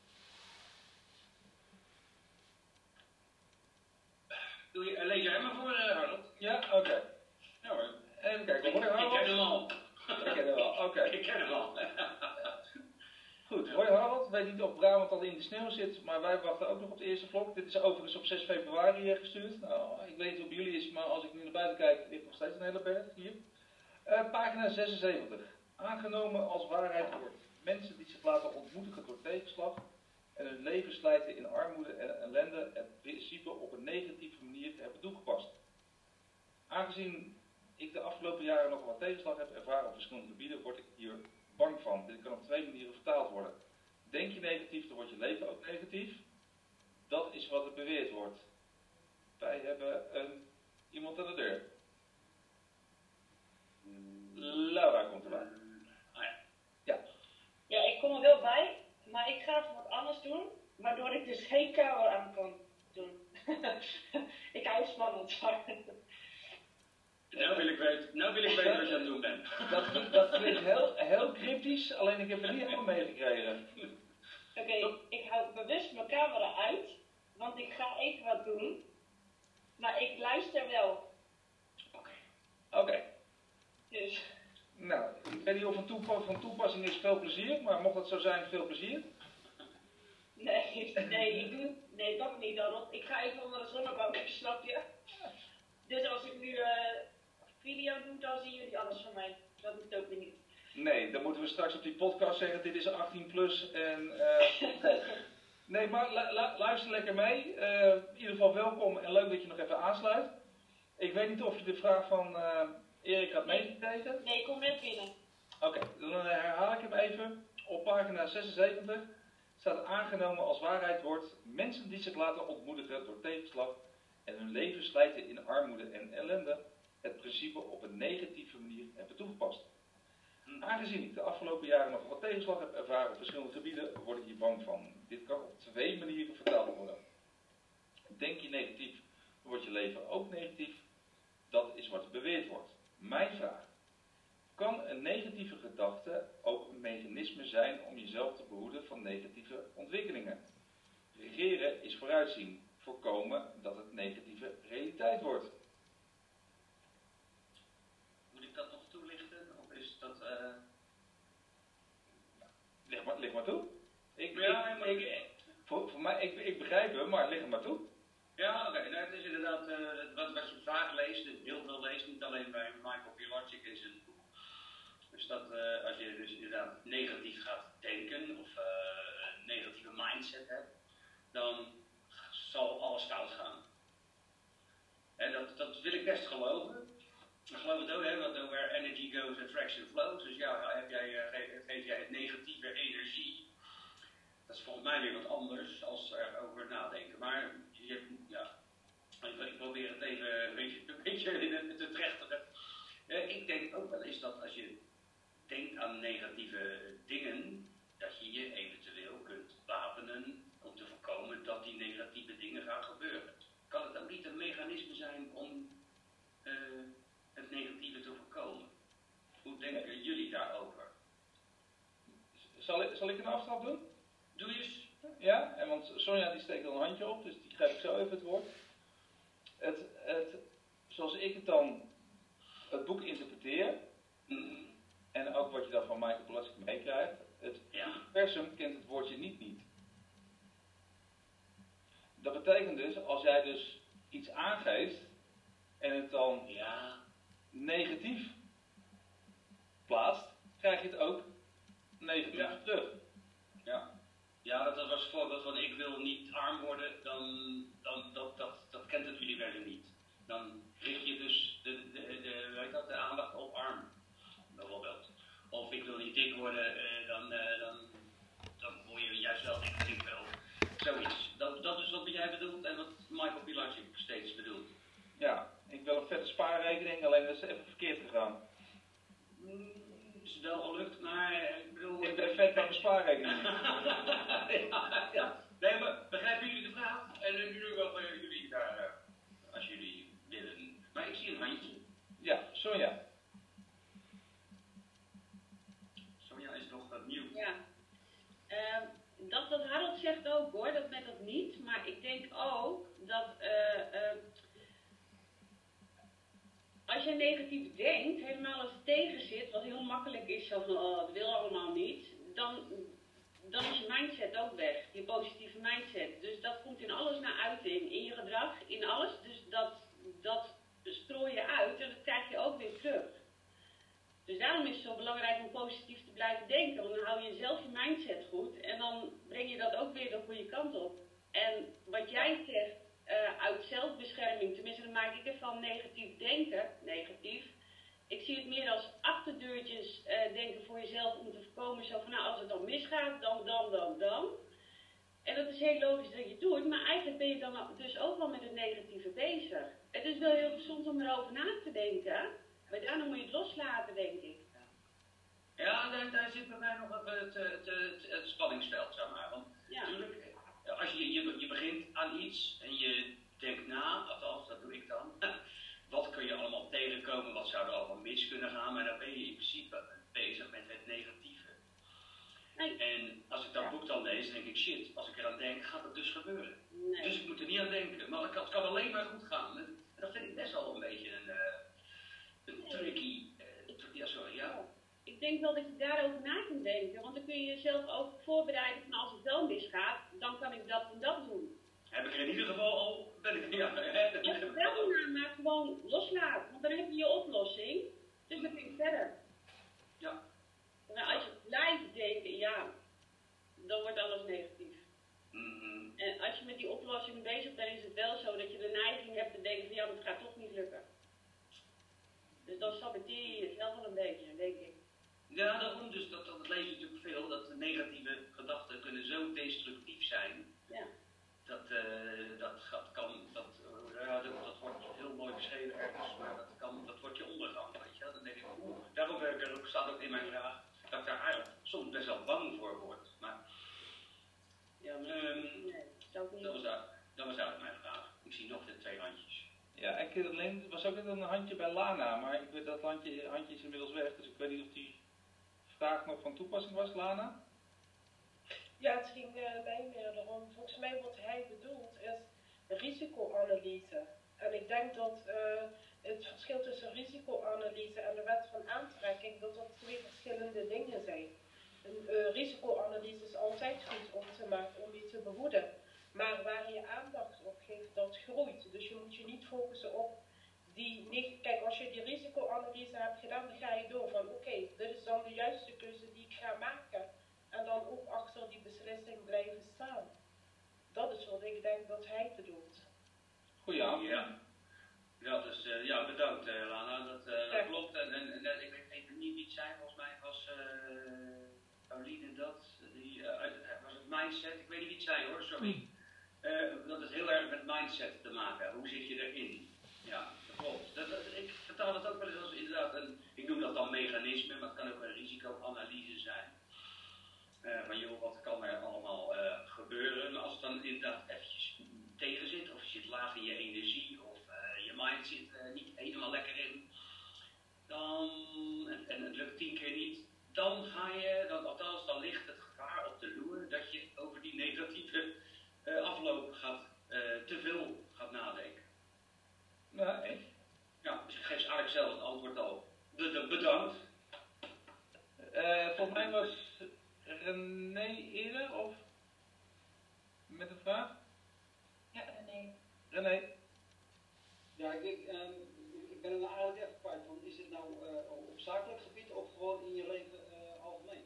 Doe je, lees jij hem maar voor, uh, Harold? Ja, oké. Okay. Ja hoor. Even kijken, Ik, Roy Harald. ik ken hem al. Ik ken hem al, oké. Okay. Ik ken hem al. Goed, Roy Harald weet niet of Brabant al in de sneeuw zit, maar wij wachten ook nog op de eerste vlok. Dit is overigens op zes februari gestuurd. Nou, ik weet niet hoe bij jullie is, maar als ik nu naar buiten kijk, ligt nog steeds een hele berg hier. Uh, pagina zesenzeventig. Aangenomen als waarheid wordt. Mensen die zich laten ontmoedigen door tegenslag en hun leven slijten in armoede en ellende het principe op een negatieve manier hebben toegepast. Aangezien ik de afgelopen jaren nog wat tegenslag heb ervaren op verschillende gebieden, word ik hier bang van. Dit kan op twee manieren vertaald worden. Denk je negatief, dan wordt je leven ook negatief. Dat is wat er beweerd wordt. Wij hebben een, iemand aan de deur. Laura komt erbij. Ah ja. Ja. kom er wel bij, maar ik ga even wat anders doen, waardoor ik dus geen camera aan kan doen. Ik hou het spannend. Nou wil ik weten, nou wil ik weten wat je aan het doen bent. Dat, dat klinkt heel, heel cryptisch, alleen ik heb het niet helemaal meegekregen. Oké, okay, ik hou bewust mijn camera uit, want ik ga even wat doen. Maar ik luister wel. Oké. Okay. Okay. Dus. Nou, ik weet niet of een toepas van toepassing is veel plezier, maar mocht dat zo zijn, veel plezier. Nee, nee, ik doe, nee, dat niet, Donald. Ik ga even onder de zonnebank, snap je? Dus als ik nu uh, video doe, dan zien jullie alles van mij. Dat doet ook weer niet. Nee, dan moeten we straks op die podcast zeggen, dit is achttien plus en... Uh, nee, maar lu lu luister lekker mee. Uh, in ieder geval welkom en leuk dat je nog even aansluit. Ik weet niet of je de vraag van uh, Erik had nee. meegekregen. Nee, ik kom net binnen. Oké, okay, dan herhaal ik hem even. Op pagina zesenzeventig staat aangenomen als waarheid wordt mensen die zich laten ontmoedigen door tegenslag en hun leven slijten in armoede en ellende, het principe op een negatieve manier hebben toegepast. Aangezien ik de afgelopen jaren nog wat tegenslag heb ervaren op verschillende gebieden, word ik hier bang van. Dit kan op twee manieren vertaald worden. Denk je negatief, dan wordt je leven ook negatief. Dat is wat beweerd wordt. Mijn vraag. Kan een negatieve gedachte ook een mechanisme zijn om jezelf te behoeden van negatieve ontwikkelingen? Regeren is vooruitzien. Voorkomen dat het negatieve realiteit wordt. Moet ik dat nog toelichten? Of is dat... Uh... Lig, maar, lig maar toe. Ik, ja, ik, maar... ik, voor, voor mij, ik, ik begrijp hem, maar lig er maar toe. Ja, oké. Okay. Nou, het is inderdaad uh, wat, wat je vaak leest, heel veel leest, niet alleen bij Michael Pilarczyk in zijn boek. Dus dat uh, als je dus inderdaad negatief gaat denken of uh, een negatieve mindset hebt, dan zal alles fout gaan. En dat, dat wil ik best geloven. Ik geloof het ook, hè, want where energy goes, attraction flows. Dus ja, heb jij, uh, geef, geef jij het negatieve energie. Dat is volgens mij weer wat anders als erover nadenken. Maar je, ja, ik probeer het even een beetje, een beetje te trechteren. Uh, ik denk ook wel eens dat als je denkt aan negatieve dingen, dat je je eventueel kunt wapenen om te voorkomen dat die negatieve dingen gaan gebeuren. Kan het ook niet een mechanisme zijn om uh, het negatieve te voorkomen? Hoe denken jullie daarover? Zal ik, zal ik een aftrap doen? Doe eens. Ja, en want Sonja die steekt al een handje op, dus die geef ik zo even het woord. Het, het, zoals ik het dan, het boek interpreteer, mm. en ook wat je dan van Michael Pilarczyk meekrijgt, het ja. universum kent het woordje niet niet. Dat betekent dus, als jij dus iets aangeeft en het dan ja. negatief plaatst, krijg je het ook negatief ja. terug. Ja. Ja, dat, dat was het voorbeeld van ik wil niet arm worden, dan, dan dat, dat, dat kent het universum niet. Dan richt je dus de, de, de, weet dat, de aandacht op arm, bijvoorbeeld. Of ik wil niet dik worden, uh, dan, uh, dan, dan word je juist wel dik, ik wel. Zoiets. Dat, dat is wat jij bedoelt en wat Michael Pilarczyk steeds bedoelt. Ja, ik wil een vette spaarrekening, alleen dat is even verkeerd gegaan. Mm, is wel gelukt, maar ik bedoel... Ik ben vet bij mijn spaarrekening. ja, ja. Nee, maar begrijpen jullie de vraag? En nu doen we wel bij jullie daar, uh, als jullie willen. Maar ik zie een handje. Ja, Sonja. Sonja is nog wat nieuw. Ja. Uh, dat wat Harold zegt ook hoor, dat met dat niet. Maar ik denk ook dat uh, uh, als je negatief denkt, helemaal als het tegen zit, wat heel makkelijk is, zo van oh, dat wil allemaal niet, dan, dan is je mindset ook weg. Je positieve mindset. Dus dat komt in alles naar uiting. In je gedrag, in alles. Dus dat, dat strooi je uit en dat krijg je ook weer terug. Dus daarom is het zo belangrijk om positief te blijven denken. Want dan hou je zelf je mindset goed en dan breng je dat ook weer de goede kant op. En wat jij zegt, uh, uit zelfbescherming, tenminste dan maak ik ervan negatief denken, negatief. Ik zie het meer als achterdeurtjes uh, denken voor jezelf om te voorkomen zo van nou als het dan misgaat, dan, dan, dan, dan. En dat is heel logisch dat je het doet, maar eigenlijk ben je dan dus ook wel met het negatieve bezig. Het is wel heel gezond om erover na te denken, maar daarna moet je het loslaten, denk ik. Ja, daar, daar zit bij mij nog even het, het, het, het spanningsveld, zeg maar. Want Ja. natuurlijk, als je, je, je begint aan iets en je denkt na, althans, dat doe ik dan. Wat kun je allemaal tegenkomen, wat zou er allemaal mis kunnen gaan, maar dan ben je in principe bezig met het negatieve. Nee. En als ik dat boek dan lees, denk ik, shit, als ik eraan denk, gaat het dus gebeuren. Nee. Dus ik moet er niet aan denken, maar het kan, het kan alleen maar goed gaan. En dat vind ik best wel een beetje een, uh, een tricky, uh, ja sorry, ja. Ik denk wel dat je daarover na kunt denken, want dan kun je jezelf ook voorbereiden van als het wel misgaat, dan kan ik dat en dat doen. Heb ik er in ieder geval al, ben ik, ja, hè, dan Als je het wel na, maar gewoon loslaat, want dan heb je je oplossing, dus dan kun je verder. Ja. Maar als je blijft denken, ja, dan wordt alles negatief. Mm-hmm. En als je met die oplossing bezig bent, is het wel zo dat je de neiging hebt te denken van ja, maar het gaat toch niet lukken. Dus dan saboteer je jezelf wel een beetje, denk ik. Ja, daarom dus, dat, dat lees je natuurlijk veel, dat de negatieve gedachten kunnen zo destructief zijn. Ja. Dat, uh, dat, dat kan, dat, uh, ja, dat, dat wordt heel mooi beschreven ergens, maar dat, kan, dat wordt je ondergang, weet je wel. Dan denk ik, oeh, daarom ben ik er ook, staat ook in mijn vraag, dat ik daar eigenlijk soms best wel bang voor word. Maar, ja, maar um, nee, dat, niet dat, was daar, dat was eigenlijk mijn vraag. Ik zie nog de twee handjes. Ja, ik alleen, was ook net een handje bij Lana, maar ik weet dat handje, handje is inmiddels weg, dus ik weet niet of die vraag nog van toepassing was, Lana? Ja, het ging uh, mij meer erom. Volgens mij wat hij bedoelt is risicoanalyse. En ik denk dat uh, het verschil tussen risicoanalyse en de wet van aantrekking, dat dat twee verschillende dingen zijn. Een uh, risicoanalyse is altijd goed om te maken, om je te behoeden. Maar waar je aandacht op geeft, dat groeit. Dus je moet je niet focussen op die, nee, kijk, als je die risicoanalyse hebt gedaan, dan ga je door van oké, okay, dit is dan de juiste keuze die ik ga maken. En dan ook achter die beslissing blijven staan. Dat is wat ik denk dat hij bedoelt. Goeie avond. Ja, ja, dus, uh, ja bedankt uh, Lana, dat, uh, dat klopt. En, en, en ik weet even niet wie het zijn, volgens mij was uh, Pauline dat, die, uh, was het mindset, ik weet niet wie het zijn hoor, sorry. Uh, dat is heel erg met mindset te maken, hoe zit je erin? Ja, dat klopt. Dat, dat, ik vertaal het ook wel eens als inderdaad, een, ik noem dat dan mechanisme, maar het kan ook een risicoanalyse zijn. Uh, van joh, wat kan er allemaal uh, gebeuren? Maar als het dan inderdaad eventjes tegen zit, of je zit laag in je energie, of uh, je mind zit uh, niet helemaal lekker in, dan, en, en het lukt tien keer niet, dan ga je, dan, althans dan ligt het gevaar op de loer dat je over die negatieve uh, afloop gaat, uh, te veel gaat nadenken. Nou, echt? Ja, dus ik geef ze eigenlijk zelf het antwoord al. De, de, bedankt. Uh, volgens mij was René eerder, of met een vraag? Ja, René. René. Ja, ik, ik, um, ik ben er nou eigenlijk even kwijt van, is dit nou uh, op zakelijk gebied of gewoon in je leven uh, algemeen?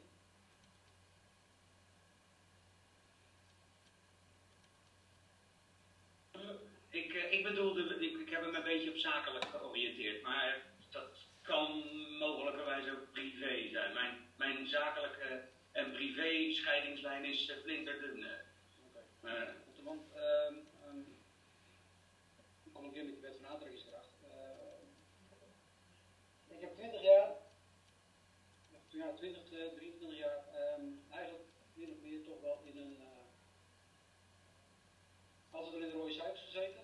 Ik, uh, ik bedoelde, ik, ik heb hem een beetje op zakelijk georiënteerd, maar dat kan mogelijkerwijs ook privé zijn. Mijn, mijn zakelijke en privé scheidingslijn is uh, flinterdun. Uh. Okay. Uh, want uh, um, ik kom ook weer met de wet van aantrekkingskracht. Uh, ik heb twintig jaar, ja, twintig, drieëntwintig jaar, um, eigenlijk min of meer toch wel in een, uh, altijd wel in de rode cijfers gezeten.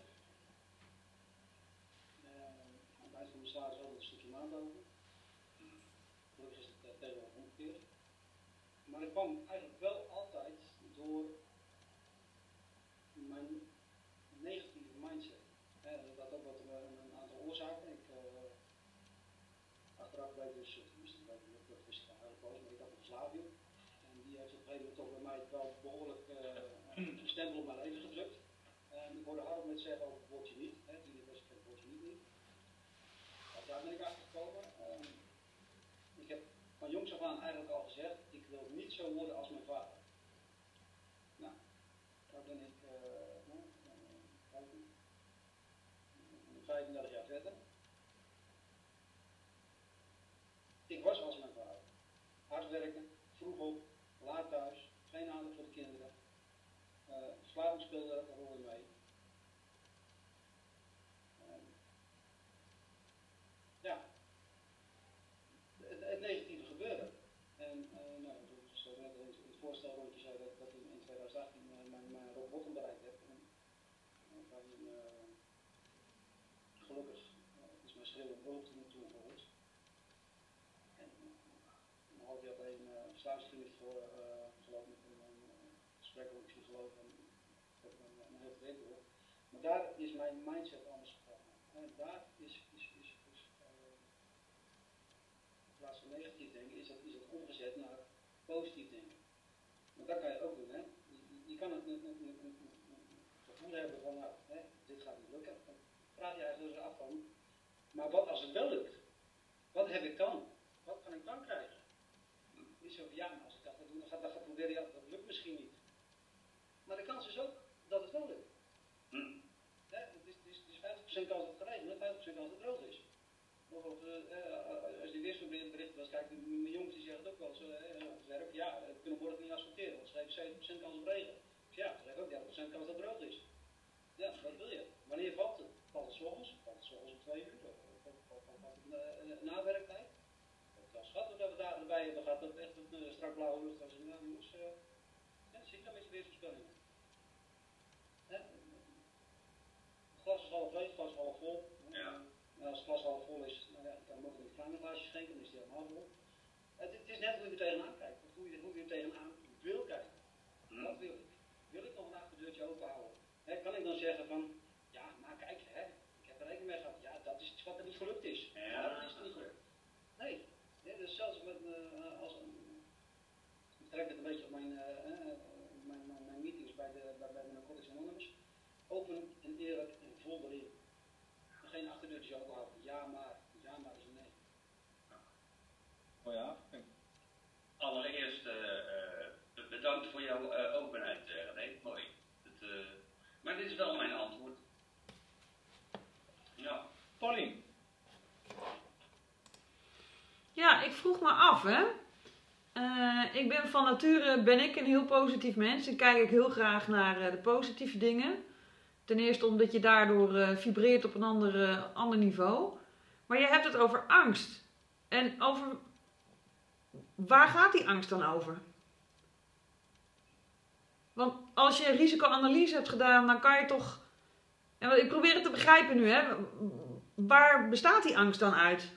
Uh, aan het eind van mijn salaris altijd een stukje maand over. Gelukkig is het uh, tegenwoordig omgekeerd. Maar ik kwam eigenlijk wel altijd door mijn negatieve mindset. Uh, dat had ook wat uh, een aantal oorzaken. Ik, uh, achteraf bleek dus, dat wist ik eigenlijk wel, maar ik had een verslaving. En die heeft op een gegeven moment toch bij mij wel behoorlijk uh, een stempel op mijn leven gedrukt. En ik hoorde hard met zeggen over het woordje niet. Hè, die was het woordje niet niet. Nou, daar ben ik achter gekomen. Uh, ik heb van jongs af aan eigenlijk al gezegd, ik wil niet zo worden als mijn vader. Nou, daar ben ik uh, uh, vijfendertig jaar verder. Ik was als mijn vader. Hard werken, vroeg op, laat thuis, geen aandacht voor de kinderen. Uh, Verslaving speelde er een rol in mee. Uh, ja, het, het negatieve gebeuren. voorstelrondje zei dat, dat ik in twintig achttien uh, mijn, mijn rock bottom bereikt heb. En, uh, waarin uh, gelukkig uh, is mijn schreeuw op hulp toen toe gehoord. En uh, een half jaar geleden uh, sluitschrift voor uh, geloof met een, een, een gesprek met een psycholoog en ik heb een, een heel traject door. Maar daar is mijn mindset anders gekomen. En daar is, is, is, is uh, in plaats van negatief denken, is dat, is dat omgezet naar positief denken. Maar dat kan je ook doen, hè. Je, je kan het een, een, een, een, een gevoel hebben van, nou, hè, dit gaat niet lukken. Dan praat je eigenlijk af van, maar wat als het wel lukt? Wat heb ik dan? Wat kan ik dan krijgen? Niet zo van, ja, maar als ik dat ga doen, dan ga, dan ga proberen, ja, dat lukt misschien niet. Maar de kans is ook dat het wel lukt. Hm. Hè, het, is, het, is, het is vijftig procent kans dat het geregend is, vijftig procent kans dat het droog is. Of uh, als die weersbericht was, kijk, mijn jongens die zeggen het ook wel eens, uh, op het werk, ja, we kunnen morgen niet asfalteren, want ze geven zeventig procent kans op regen. Dus ja, ze geven ook dertig procent kans dat het droog is. Ja, wat wil je? Wanneer valt het? Valt het 's ochtends? Valt het 's ochtends om twee uur? Of valt het uh, na werktijd? Het was schattig dat we daar erbij hebben gehad, dat het echt een uh, strak blauwe lucht was. En nou jongens, uh, ja, zie je dan met je weersvoorspellingen. Het glas is half leeg, het glas is half vol. Ja. Nou, als het glas half vol is, nou ja, dan moet je een kleine glaasje schenken, dan is die helemaal vol. Het, het is net hoe je er tegenaan kijkt, hoe je, hoe je er tegenaan wil kijken. Hmm. Wat wil ik? Wil ik nog een achterdeurtje open houden? He, kan ik dan zeggen van, ja, maar kijk, hè, ik heb er rekening mee gehad, ja, dat is iets wat er niet gelukt is. Ja, dat is niet gelukt. Nee, nee, dus zelfs met, uh, als een, ik trek het een beetje op mijn, uh, uh, mijn, mijn, mijn meetings bij de, bij, bij de Narcotics Anonymous. Open en eerlijk en vol erin. Geen achterdeurtjes open houden. Ja maar, ja maar is een nee. Oh ja. Allereerst uh, uh, bedankt voor jouw uh, openheid, uh, nee, mooi. Het, uh, maar dit is wel mijn antwoord. Ja, Paulien. Ja, ik vroeg me af, hè. Uh, ik ben van nature ben ik een heel positief mens. En kijk ik heel graag naar uh, de positieve dingen. Ten eerste omdat je daardoor uh, vibreert op een ander, uh, ander niveau. Maar je hebt het over angst. En over... Waar gaat die angst dan over? Want als je risicoanalyse hebt gedaan, dan kan je toch... En ik probeer het te begrijpen nu, hè. Waar bestaat die angst dan uit?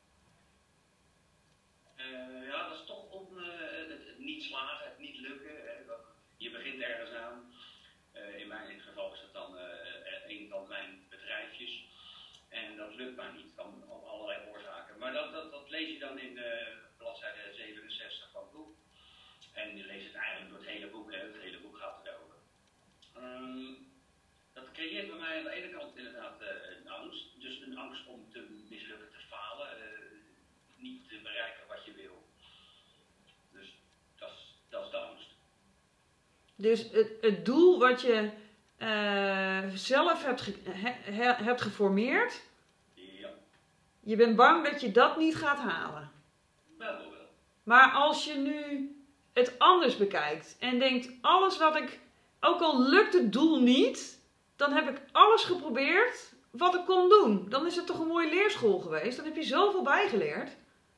Uh, ja, dat is toch om uh, het, het niet slagen, het niet lukken. Hè. Je begint ergens aan. Uh, in mijn geval is het dan uh, een van mijn bedrijfjes. En dat lukt maar niet, van om allerlei oorzaken. Maar dat, dat, dat lees je dan in uh, bladzijde zevenenzestig van het boek. En je leest het eigenlijk door het hele boek, hè. Het hele boek gaat erover. Um, dat creëert bij mij aan de ene kant inderdaad uh, een angst. Dus een angst om te mislukken, te falen. Uh, niet te bereiken wat je wil. Dus dat is, dat is de angst. Dus het, het doel wat je uh, zelf hebt, ge, he, he, hebt geformeerd, ja. Je bent bang dat je dat niet gaat halen. Wel, wel. Maar als je nu het anders bekijkt en denkt, alles wat ik, ook al lukt het doel niet, dan heb ik alles geprobeerd wat ik kon doen. Dan is het toch een mooie leerschool geweest, dan heb je zoveel bijgeleerd.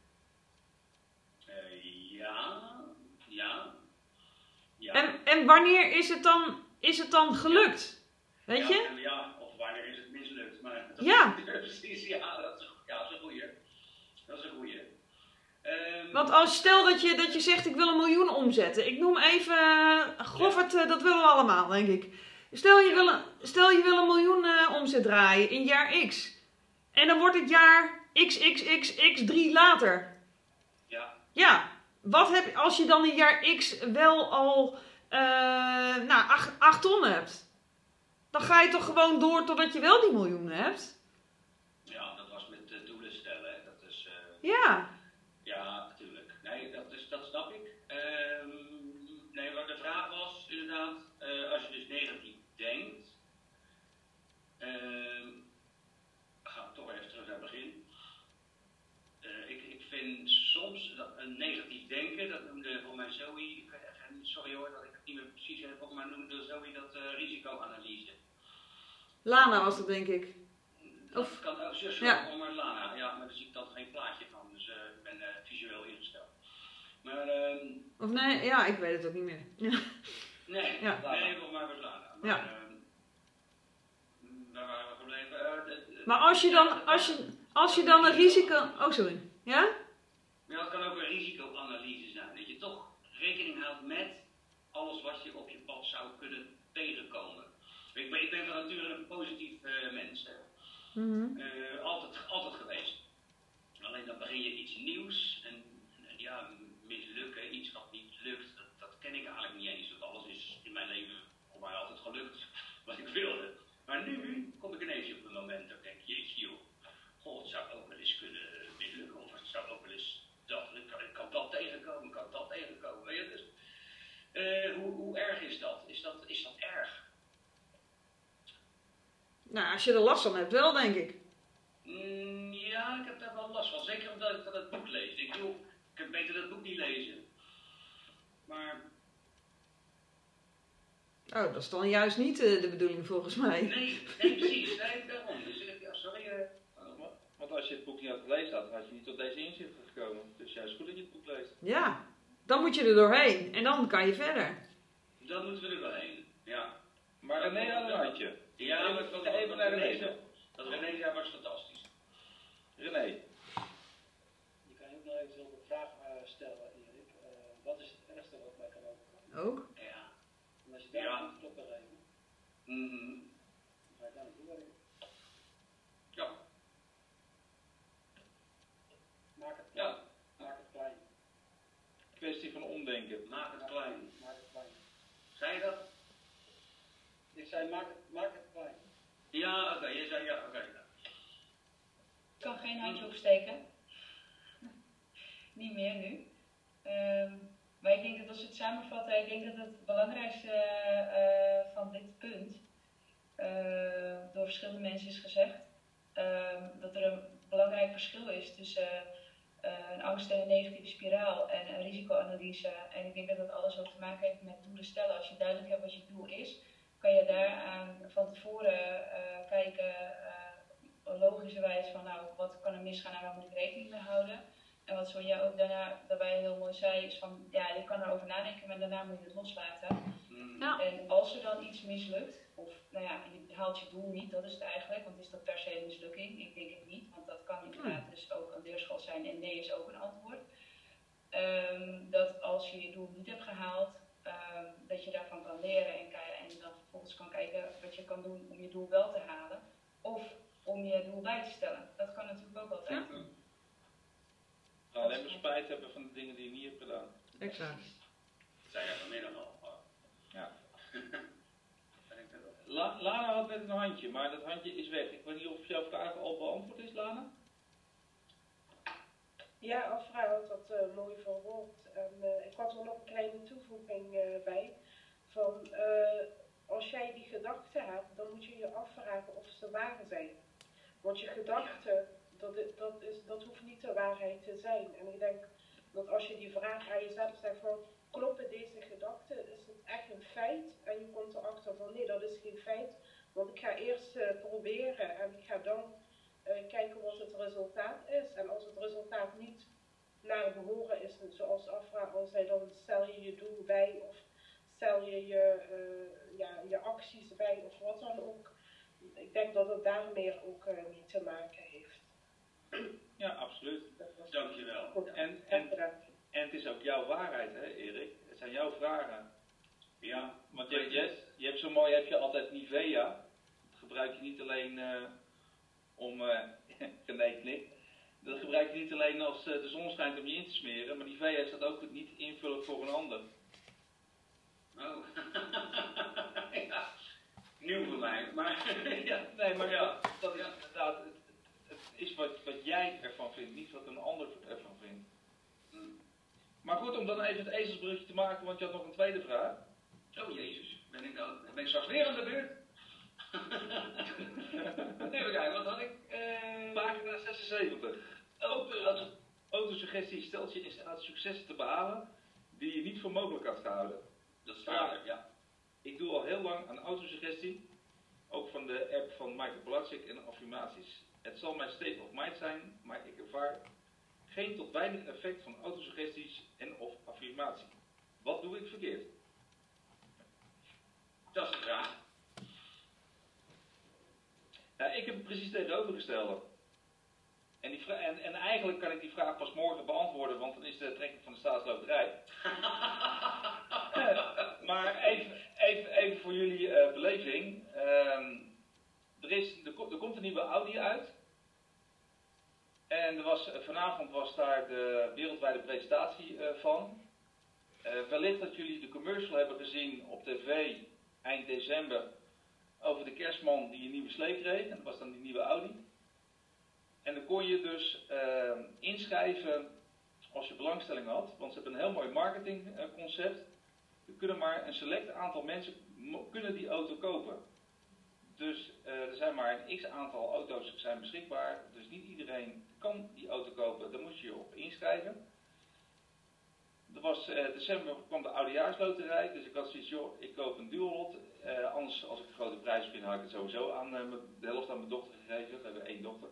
Uh, ja, ja. Ja. En, en wanneer is het dan, is het dan gelukt? Weet ja, je? Ja, of wanneer is het mislukt. Maar dat ja. Is, precies, ja, dat is, ja, dat is een goeie. Dat is een goeie. Um, Want als stel dat je, dat je zegt, ik wil een miljoen omzetten. Ik noem even, uh, Goffert, uh, dat willen we allemaal, denk ik. Stel je wil een, stel je wil een miljoen uh, omzet draaien in jaar X. En dan wordt het jaar X X X X drie later. Ja. Ja. Wat heb je, als je dan in jaar X wel al uh, nou, acht ton hebt? Dan ga je toch gewoon door totdat je wel die miljoen hebt? Ja, dat was met uh, doelen stellen. Hè. Dat is, uh, ja. Ja, natuurlijk. Nee, dat, is, dat snap ik. Uh, nee, maar de vraag was inderdaad, uh, als je dus negatief denkt. Uh, ga ik toch even terug naar het begin. Uh, ik, ik vind soms dat een negatief denken, dat noemde voor mij Zoe, sorry hoor dat ik het niet meer precies heb, maar noemde Zoe dat uh, risicoanalyse. Lana was dat denk ik. Dat of kan ook zus, ja. maar Lana, ja, maar daar zie ik dan geen plaatje van, dus uh, ik ben uh, visueel ingesteld. Maar, ehm Of nee, ja, ik weet het ook niet meer. Ja. nee, Ja. nee, volgens mij was Lana. Maar, Ja. ehm, waar waren we gebleven? Eh, de- de- Maar als je dan, als je, als je dan een risico... Oh, sorry. Ja? Ja, het kan ook een risicoanalyse zijn. Dat je toch rekening houdt met alles wat je op je pad zou kunnen tegenkomen. Ik ben, ik ben van nature een positief uh, mens. Hè. Mhm. Uh, altijd, altijd geweest. Alleen dan begin je iets nieuws en, en ja, mislukken, iets wat niet lukt, dat, dat ken ik eigenlijk niet eens. Want alles is in mijn leven voor mij altijd gelukt wat ik wilde. Maar nu kom ik ineens op een moment dat ik denk, jeetje joh, goh, het zou ook wel eens kunnen mislukken. Of het zou ook wel eens dat, ik kan, ik kan dat tegenkomen, ik kan dat tegenkomen. Weet je, dus, uh, hoe, hoe erg is dat? Is dat, is dat erg? Nou, als je er last van hebt, wel, denk ik. Mm, ja, ik heb daar wel last van. Zeker omdat ik dat het boek lees. Ik bedoel, ik heb beter dat boek niet lezen. Maar... Oh, dat is dan juist niet uh, de bedoeling volgens mij. Nee, nee precies. Nee, daarom. Dus, ja, sorry. Uh... Want als je het boek niet had gelezen had, had je niet tot deze inzichten gekomen. Dus juist goed dat je het boek leest. Ja, dan moet je er doorheen. En dan kan je verder. Dan moeten we er doorheen. Ja. Maar René had een handje. Ja, maar wat, even naar René. Dat René zei was fantastisch. René. Je kan ook nog even een vraag uh, stellen, Erik. Uh, wat is het ergste wat mij kan overkomen? Ook? Ja. En als je daar Ja. antwoord op kan geven, Mm-hmm. dan ga je daar naartoe werken. Ja. Maak het klein. Ja. Maak het klein. Kwestie van omdenken. Maak het klein. Maak het klein. Zei je dat? Ik zei maak het, maak het klein. Ja, oké. Okay. Je zei ja, oké. Okay. Ik kan geen handje opsteken. Niet meer nu. Um, maar ik denk dat als we het samenvatten, ik denk dat het belangrijkste uh, van dit punt, uh, door verschillende mensen is gezegd, uh, dat er een belangrijk verschil is tussen uh, een angst en een negatieve spiraal en een risicoanalyse. En ik denk dat dat alles ook te maken heeft met doelen stellen. Als je duidelijk hebt wat je doel is, kan je daaraan van tevoren uh, kijken, uh, logischerwijs van nou, wat kan er misgaan en waar moet ik rekening mee houden. En wat Sonja ook daarna, daarbij heel mooi zei, is van ja, je kan erover nadenken, maar daarna moet je het loslaten. Ja. En als er dan iets mislukt, of nou ja, je haalt je doel niet, dat is het eigenlijk, want is dat per se een mislukking? Ik denk het niet, want dat kan inderdaad dus ook een leerschot zijn en nee is ook een antwoord. Um, dat als je je doel niet hebt gehaald, um, dat je daarvan kan leren en, en dan vervolgens kan kijken wat je kan doen om je doel wel te halen. Of om je doel bij te stellen. Dat kan natuurlijk ook altijd. Ja. Ga alleen maar spijt hebben van de dingen die je niet hebt gedaan. Exact. Dat zei jij vanmiddag al. Ja. La, Lana had net een handje, maar dat handje is weg. Ik weet niet of jouw vraag al beantwoord is, Lana? Ja, Afra had dat uh, mooi verwoord. En uh, ik had er nog een kleine toevoeging uh, bij. Van, uh, als jij die gedachten hebt, dan moet je je afvragen of ze waar zijn. Want je gedachten, dat, dat, is, dat hoeft niet de waarheid te zijn. En ik denk dat als je die vraag aan jezelf stelt van, kloppen deze gedachten? Is het echt een feit? En je komt erachter van, nee, dat is geen feit. Want ik ga eerst uh, proberen en ik ga dan uh, kijken wat het resultaat is. En als het resultaat niet naar behoren is, zoals Afra al zei, dan stel je je doel bij of stel je je, uh, ja, je acties bij of wat dan ook. Ik denk dat het daar meer ook uh, mee te maken heeft. Ja, absoluut. Dankjewel. Goed, en, en, en het is ook jouw waarheid, hè, Erik? Het zijn jouw vragen. Ja. Want je, je, je hebt zo mooi, heb je altijd Nivea. Dat gebruik je niet alleen uh, om, uh, nee, knik. Dat gebruik je niet alleen als uh, de zon schijnt om je in te smeren, maar Nivea is dat ook niet invullen voor een ander. Oh. Ja. Nieuw voor mij, maar ja. Nee, maar ja, dat is inderdaad, het, het is wat, wat jij ervan vindt, niet wat een ander ervan vindt. Hmm. Maar goed, om dan even het ezelsbrugje te maken, want je had nog een tweede vraag. Oh jezus, ben ik, dan, ben ik straks weer aan de beurt? Even kijken, wat had ik? Uh... Pagina zesenzeventig. Oh, Autosuggestie stelt je in staat successen te behalen die je niet voor mogelijk had gehouden. Dat staat er, ja. Ik doe al heel lang aan autosuggestie, ook van de app van Michael Pilatschik en affirmaties. Het zal mijn state of mind zijn, maar ik ervaar geen tot weinig effect van autosuggesties en of affirmatie. Wat doe ik verkeerd? Dat is de vraag. Ja, ik heb het precies tegenovergestelde. En, die en, en eigenlijk kan ik die vraag pas morgen beantwoorden, want dan is de trekking van de staatsloterij. Maar even, even, even voor jullie uh, beleving. Uh, er, is, er, er komt een nieuwe Audi uit. En er was, vanavond was daar de wereldwijde presentatie uh, van. Uh, wellicht dat jullie de commercial hebben gezien op tv eind december over de kerstman die een nieuwe slee kreeg. En dat was dan die nieuwe Audi. En dan kon je dus uh, inschrijven als je belangstelling had. Want ze hebben een heel mooi marketingconcept. Er kunnen maar een select aantal mensen kunnen die auto kopen. Dus uh, er zijn maar een x aantal auto's zijn beschikbaar. Dus niet iedereen kan die auto kopen. Daar moet je je op inschrijven. Er was, uh, december kwam de oudejaarsloterij. Dus ik had zoiets, joh, ik koop een duallot. Uh, anders, als ik de grote prijs vind, had ik het sowieso aan uh, de helft aan mijn dochter gegeven. We hebben één dochter.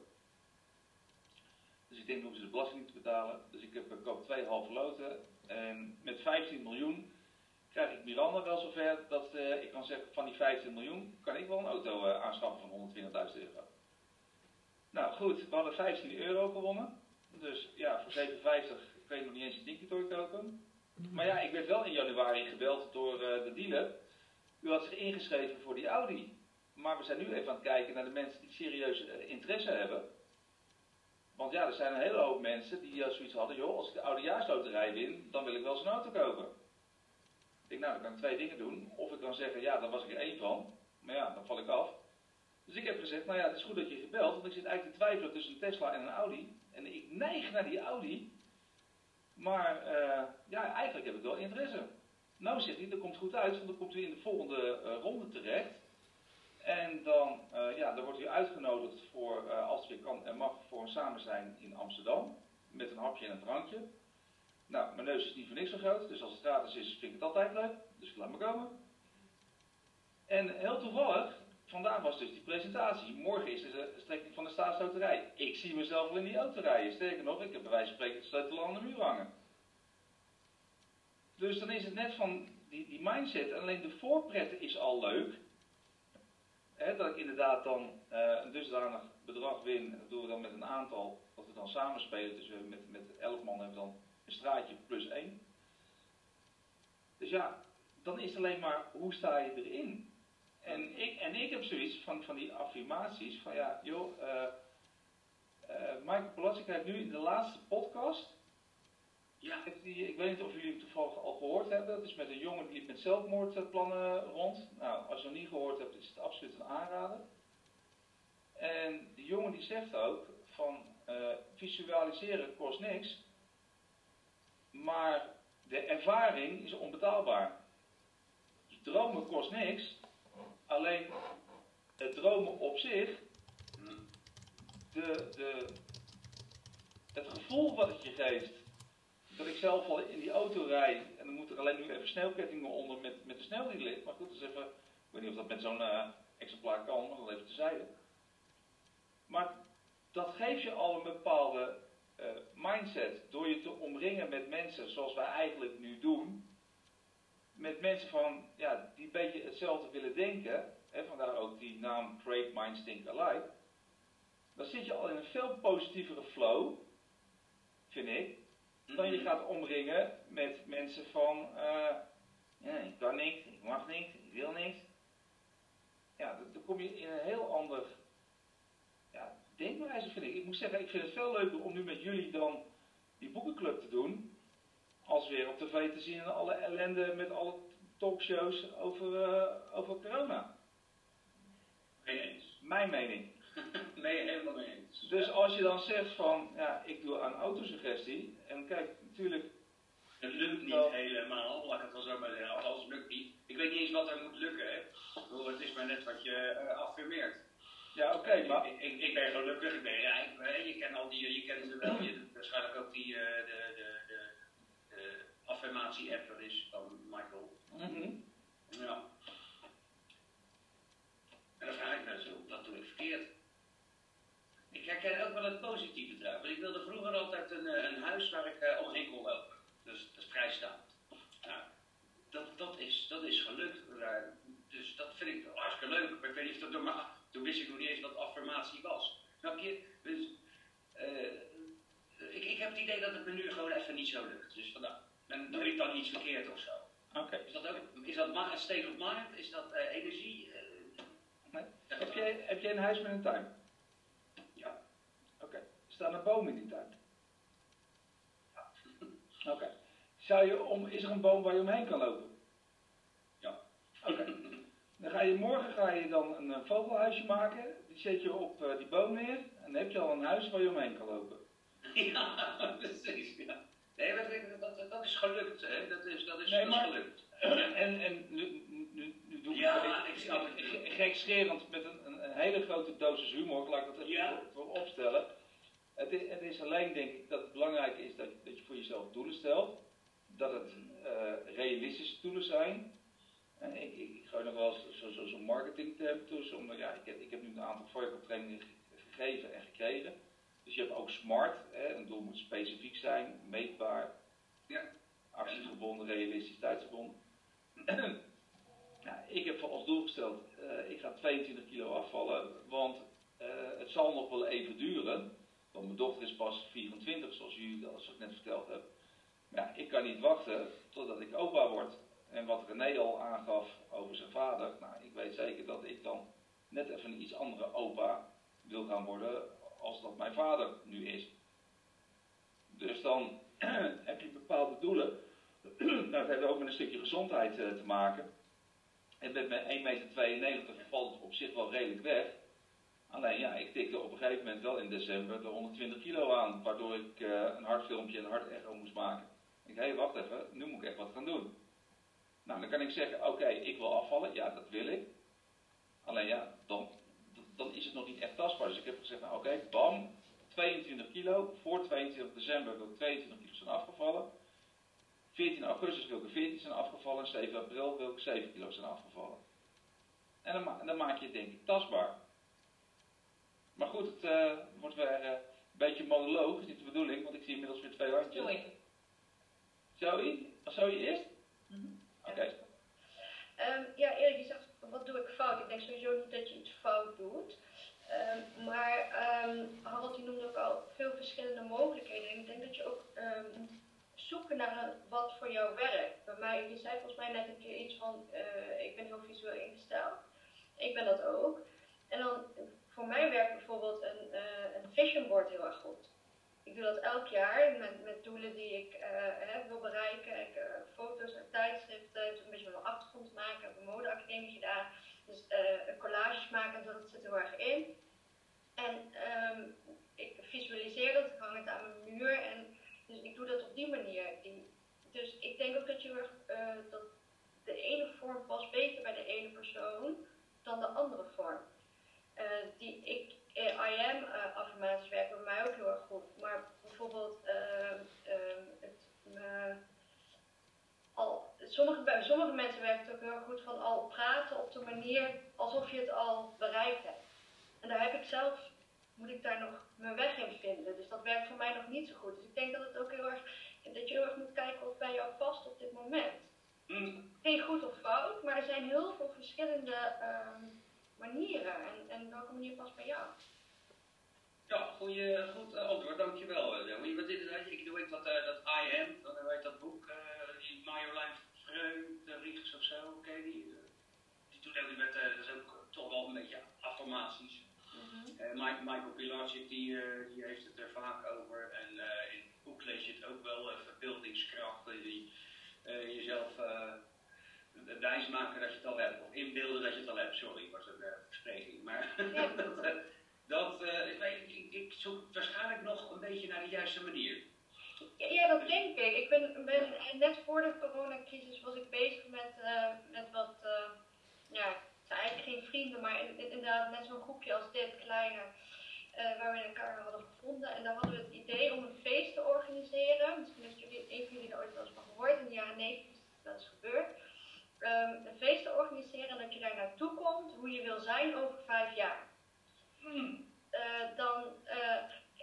Dus ik denk, hoeven ze de belasting niet te betalen. Dus ik heb, koop twee halve loten. En met vijftien miljoen krijg ik Miranda wel zover dat uh, ik kan zeggen, van die vijftien miljoen kan ik wel een auto uh, aanschaffen van honderdtwintigduizend euro. Nou goed, we hadden vijftien euro gewonnen. Dus ja, voor zevenenvijftig kun je nog niet eens een Dinky-Toy kopen. Maar ja, ik werd wel in januari gebeld door uh, de dealer. U had zich ingeschreven voor die Audi. Maar we zijn nu even aan het kijken naar de mensen die serieus uh, interesse hebben. Want ja, er zijn een hele hoop mensen die uh, zoiets hadden, joh, als ik de oudejaarsloterij win, dan wil ik wel zo'n auto kopen. Ik denk, nou, dan kan ik twee dingen doen. Of ik kan zeggen, ja, daar was ik er één van. Maar ja, dan val ik af. Dus ik heb gezegd, nou ja, het is goed dat je gebeld, want ik zit eigenlijk te twijfelen tussen een Tesla en een Audi. En ik neig naar die Audi. Maar uh, ja, eigenlijk heb ik wel interesse. Nou zegt hij, dat komt goed uit, want dan komt u in de volgende uh, ronde terecht. En dan, uh, ja, dan wordt u uitgenodigd voor, uh, als het weer kan en mag, voor een samenzijn in Amsterdam. Met een hapje en een drankje. Nou, mijn neus is niet voor niks zo groot, dus als het gratis is, vind ik het altijd leuk. Dus ik laat me komen. En heel toevallig, vandaag was dus die presentatie. Morgen is er de strekking van de staatsloterij. Ik zie mezelf wel in die auto rijden. Sterker nog, ik heb bij wijze van spreken de sleutel aan de muur hangen. Dus dan is het net van die, die mindset. En alleen de voorpret is al leuk. He, dat ik inderdaad dan uh, een dusdanig bedrag win. En dat doen we dan met een aantal, dat we dan samenspelen. Dus we met, met elf man hebben we dan een straatje plus één. Dus ja, dan is het alleen maar, hoe sta je erin? En ik, en ik heb zoiets van, van die affirmaties van ja, joh, uh, uh, Michael Polaczyk heeft nu in de laatste podcast, ja. die, ik weet niet of jullie het toevallig al gehoord hebben, dat is met een jongen die liep met zelfmoordplannen rond. Nou, als je het nog niet gehoord hebt, is het absoluut een aanrader. En die jongen die zegt ook van uh, visualiseren kost niks, maar de ervaring is onbetaalbaar. Dus dromen kost niks. Alleen het dromen op zich, de, de, het gevoel wat het je geeft, dat ik zelf al in die auto rijd en dan moet er alleen nu even sneeuwkettingen onder met, met de sneeuw die ligt. Maar goed, dat is even, ik weet niet of dat met zo'n uh, exemplaar kan, maar dat even tezijde. Maar dat geeft je al een bepaalde uh, mindset door je te omringen met mensen zoals wij eigenlijk nu doen. Met mensen van, ja, die een beetje hetzelfde willen denken, hè, vandaar ook die naam Great Minds Think Alike, dan zit je al in een veel positievere flow, vind ik, dan je gaat omringen met mensen van, uh, ja, ik kan niks, ik mag niks, ik wil niks. Ja, dan, dan kom je in een heel ander, ja, denkwijze, vind ik. Ik moet zeggen, ik vind het veel leuker om nu met jullie dan die boekenclub te doen, als weer op tv te zien en alle ellende met alle talkshows over, uh, over corona. Mee eens. Mijn mening. Nee, helemaal mee eens. Dus als je dan zegt van, ja, ik doe aan autosuggestie, en kijk, natuurlijk... Het lukt niet dat... helemaal, laat ik het wel zo maar zeggen, alles lukt niet. Ik weet niet eens wat er moet lukken, hè. Het is maar net wat je uh, affirmeert. Ja, oké, okay, maar... Ik, ik, ik ben gelukkig, ik ben rijk, je kent al die, je kent ze wel, je, waarschijnlijk ook die, uh, de, de, de, de affirmatie-app, dat is van Michael. Mm-hmm. Ja. En dan vraag ik me zo, wat doe ik verkeerd? Ik herken ook wel het positieve trui. Want ik wilde vroeger altijd een, eh, een huis waar ik uh, omheen kon lopen. Dus dat is vrijstaand. Nou, dat, dat, is, dat is gelukt. Uh, dus dat vind ik hartstikke leuk. Ik weet niet of dat door maar toen wist ik nog niet eens wat affirmatie was. Snap je? Dus, uh, ik, ik heb het idee dat het me nu gewoon even niet zo lukt. Dus vandaar. En doe ik dan iets verkeerd of zo? Oké. Is dat ook, is dat een state of mind? Is dat uh, energie? Uh, nee. Heb jij, heb jij een huis met een tuin? Ja. Oké. Okay. Staan er bomen in die tuin? Ja. Oké. Okay. Zou je om, is er een boom waar je omheen kan lopen? Ja. Oké. Okay. Dan ga je morgen ga je dan een, een vogelhuisje maken. Die zet je op uh, die boom neer. En dan heb je al een huis waar je omheen kan lopen. Ja, precies. Ja. Nee, dat, dat, dat is gelukt. Hè. Dat is, dat is, nee, dat is maar, gelukt. En, en nu, nu, nu doe ik ja, het ik snap het. gekscherend met een, een, een hele grote dosis humor. Laat ik dat even ja. voor, voor opstellen. Het is, het is alleen denk ik dat het belangrijk is dat, dat je voor jezelf doelen stelt. Dat het uh, realistische doelen zijn. En ik, ik, ik gooi nog wel eens zo'n zo, zo marketingterm tussen. Omdat ja, ik heb, ik heb nu een aantal voorbeeldtrainingen gegeven en gekregen. Dus je hebt ook SMART. Hè, een doel moet specifiek zijn, meetbaar. Ja. Actiegebonden, realistisch, tijdsgebonden. Ja, ik heb als doel gesteld, uh, ik ga tweeëntwintig kilo afvallen, want uh, het zal nog wel even duren. Want mijn dochter is pas vierentwintig, zoals jullie zoals ik net verteld heb. Maar ja, ik kan niet wachten totdat ik opa word. En wat René al aangaf over zijn vader, nou, ik weet zeker dat ik dan net even een iets andere opa wil gaan worden als dat mijn vader nu is. Dus dan heb je bepaalde doelen. Nou, dat heeft ook met een stukje gezondheid uh, te maken. En met mijn één komma tweeënnegentig meter valt het op zich wel redelijk weg. Alleen ja, ik tikte op een gegeven moment wel in december de honderdtwintig kilo aan. Waardoor ik uh, een hartfilmpje en een hartecho moest maken. Ik dacht, hé, hey, wacht even, nu moet ik echt wat gaan doen. Nou, dan kan ik zeggen, oké, okay, ik wil afvallen. Ja, dat wil ik. Alleen ja, dan, dan is het nog niet echt tastbaar. Dus ik heb gezegd, nou oké, okay, bam, tweeëntwintig kilo. Voor tweeëntwintig december wil ik tweeëntwintig kilo zijn afgevallen. veertien augustus wil ik er veertien zijn afgevallen. En zeven april wil ik zeven kilo zijn afgevallen. En dan, ma dan maak je het denk ik tastbaar. Maar goed, het uh, wordt weer uh, een beetje monoloog, is niet de bedoeling, want ik zie inmiddels weer twee handjes. Zoe. Zoe? Of Zoe eerst? Mm-hmm. Oké. Okay. Um, ja, Erik, je zegt, wat doe ik fout? Ik denk sowieso niet dat je iets fout doet. Um, maar um, Harold die noemde ook al veel verschillende mogelijkheden. En ik denk dat je ook um, moet zoeken naar een, wat voor jou werkt. Bij mij, je zei volgens mij net een keer iets van, uh, ik ben heel visueel ingesteld. Ik ben dat ook. En dan, voor mij werkt bijvoorbeeld een, uh, een vision board heel erg goed. Ik doe dat elk jaar met, met doelen die ik uh, hè, wil bereiken. Ik uh, foto's uit tijdschriften, een beetje van mijn achtergrond maken. Ik heb een modeacademie gedaan. Dus uh, collages maken, dat zit heel erg in. En um, ik visualiseer dat, ik hang het aan mijn muur. En dus ik doe dat op die manier. Die, dus ik denk ook dat, je, uh, dat de ene vorm past beter bij de ene persoon dan de andere vorm. Uh, die ik, uh, I am uh, affirmaties werken bij mij ook heel erg goed. Maar bijvoorbeeld, uh, uh, het, uh, al, sommige, bij sommige mensen werkt het ook heel erg goed van al praten op de manier alsof je het al bereikt hebt. En daar heb ik zelf, moet ik daar nog mijn weg in vinden. Dus dat werkt voor mij nog niet zo goed. Dus ik denk dat het ook heel erg, dat je heel erg moet kijken wat bij jou past op dit moment. Mm. Geen goed of fout, maar er zijn heel veel verschillende um, manieren. En, en welke manier past bij jou? Ja, goeie, goed uh, antwoord, dankjewel. Uh, wat is het? Ik doe ik dat, uh, dat I Am, dan weet dat boek, uh, die Marjolein Vreugderichs of zo, oké, okay, die, uh, die doet ook met, uh, dat is ook toch wel een beetje affirmaties. Mm-hmm. uh, Mike, Michael Pilarczyk, die, uh, die heeft het er vaak over en uh, in het boek lees je het ook wel, uh, verbeeldingskracht, uh, die uh, jezelf uh, wijs maken dat je het al hebt, of inbeelden dat je het al hebt, sorry, was een uh, verspreking, maar ja. dat, uh, dat uh, ik, weet, ik, ik zoek waarschijnlijk nog een beetje naar de juiste manier. Ja, dat denk ik. Ik ben, ben net voor de coronacrisis was ik bezig met, uh, met wat, uh, ja, het zijn eigenlijk geen vrienden, maar in, in, inderdaad net zo'n groepje als dit, kleine, uh, waar we elkaar hadden gevonden. En daar hadden we het idee om een feest te organiseren. Misschien heeft jullie, een van jullie er ooit wel eens van gehoord, in de jaren negentig is dat eens gebeurd. Um, een feest te organiseren en dat je daar naartoe komt, hoe je wil zijn over vijf jaar. Hmm. Uh, dan, uh,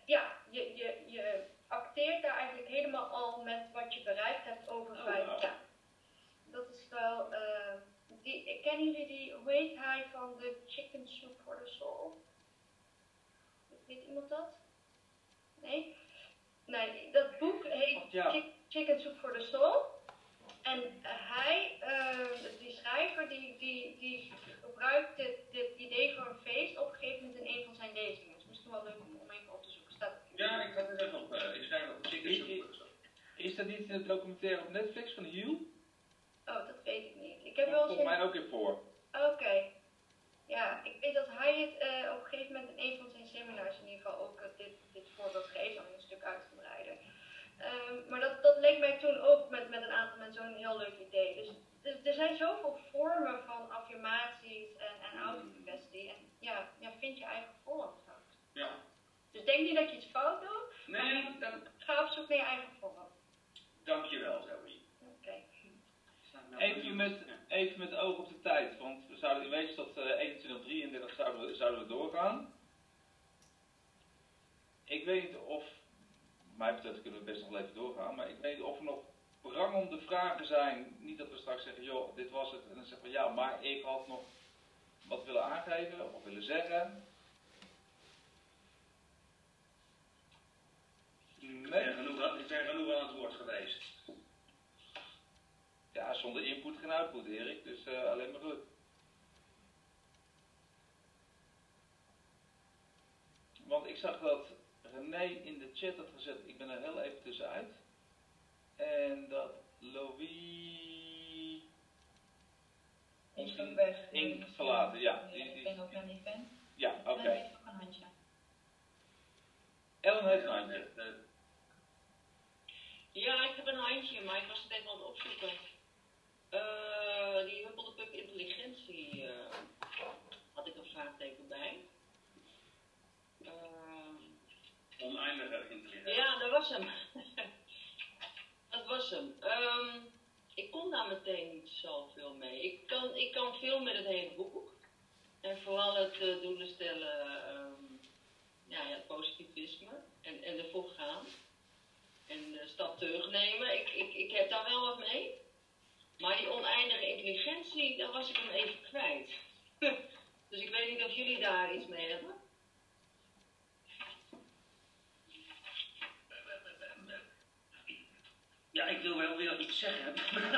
ja, je, je, je acteert daar eigenlijk helemaal al met wat je bereikt hebt over Oh, vijf wow. jaar. Dat is wel, uh, die, kennen jullie die, hoe heet hij van de Chicken Soup for the Soul? Weet iemand dat? Nee? Nee, dat boek heet Ja. Chick, Chicken Soup for the Soul. En uh, hij, uh, die schrijver, die, die, die gebruikt dit, dit idee voor een feest op een gegeven moment in een van zijn lezingen. Het is misschien wel leuk om, om even op te zoeken. Staat het Ja, ik had het even op. Uh, ik schrijf op Chicken Soup. Is dat niet in het documentaire op Netflix van Hugh? Oh, dat weet ik niet. Ik heb Dat wel komt eens mij ook in voor. Oké. Okay. Ja, ik weet dat hij het uh, op een gegeven moment in een van zijn seminars in ieder geval ook uh, dit, dit voorbeeld geeft, dan een stuk uitgebreider. Um, maar dat, dat leek mij toen ook met, met een aantal mensen zo'n heel leuk idee. Dus, dus er zijn zoveel vormen van affirmaties en, en autosuggestie. En ja, ja, vind je eigen vorm straks. Ja. Dus denk niet dat je iets fout doet, Nee, maar dan... ga op zoek naar je eigen vorm. Dankjewel, Zoe. Oké. Okay. Even met, even met oog op de tijd, want we zouden in wezen tot uh, eenentwintig drieëndertig zouden we, zouden we doorgaan. Ik weet niet of, wat mij betreft kunnen we best nog wel even doorgaan, maar ik weet niet of er nog prangende vragen zijn. Niet dat we straks zeggen, joh, dit was het, en dan zeggen we ja, maar ik had nog wat willen aangeven of willen zeggen. Nee. Ik ben genoeg, ik ben genoeg aan het woord geweest. Ja, zonder input geen output, Erik, dus uh, alleen maar goed. Want ik zag dat René in de chat had gezet, ik ben er heel even tussenuit. En dat Louis ons is ook weg. in verlaten, ja. Die, Ik die, ben ook aan die fan. ja, oké. Okay. Okay. Ellen heeft ook een handje. Ellen heeft een handje. Ja, ik heb een handje, maar ik was het even aan het opzoeken. Uh, die huppeldepup intelligentie uh, had ik een vraagteken bij. Uh, Oneindige intelligentie. Ja, dat was hem. Dat was hem. Um, ik kon daar meteen niet zoveel mee. Ik kan, ik kan veel met het hele boek. En vooral het uh, doelen stellen, um, ja, ja, het positivisme en, en ervoor gaan. En de stap terugnemen. Ik, ik, ik heb daar wel wat mee. Maar die oneindige intelligentie, daar was ik hem even kwijt. Dus ik weet niet of jullie daar iets mee hebben. Ja, ik wil wel weer iets zeggen.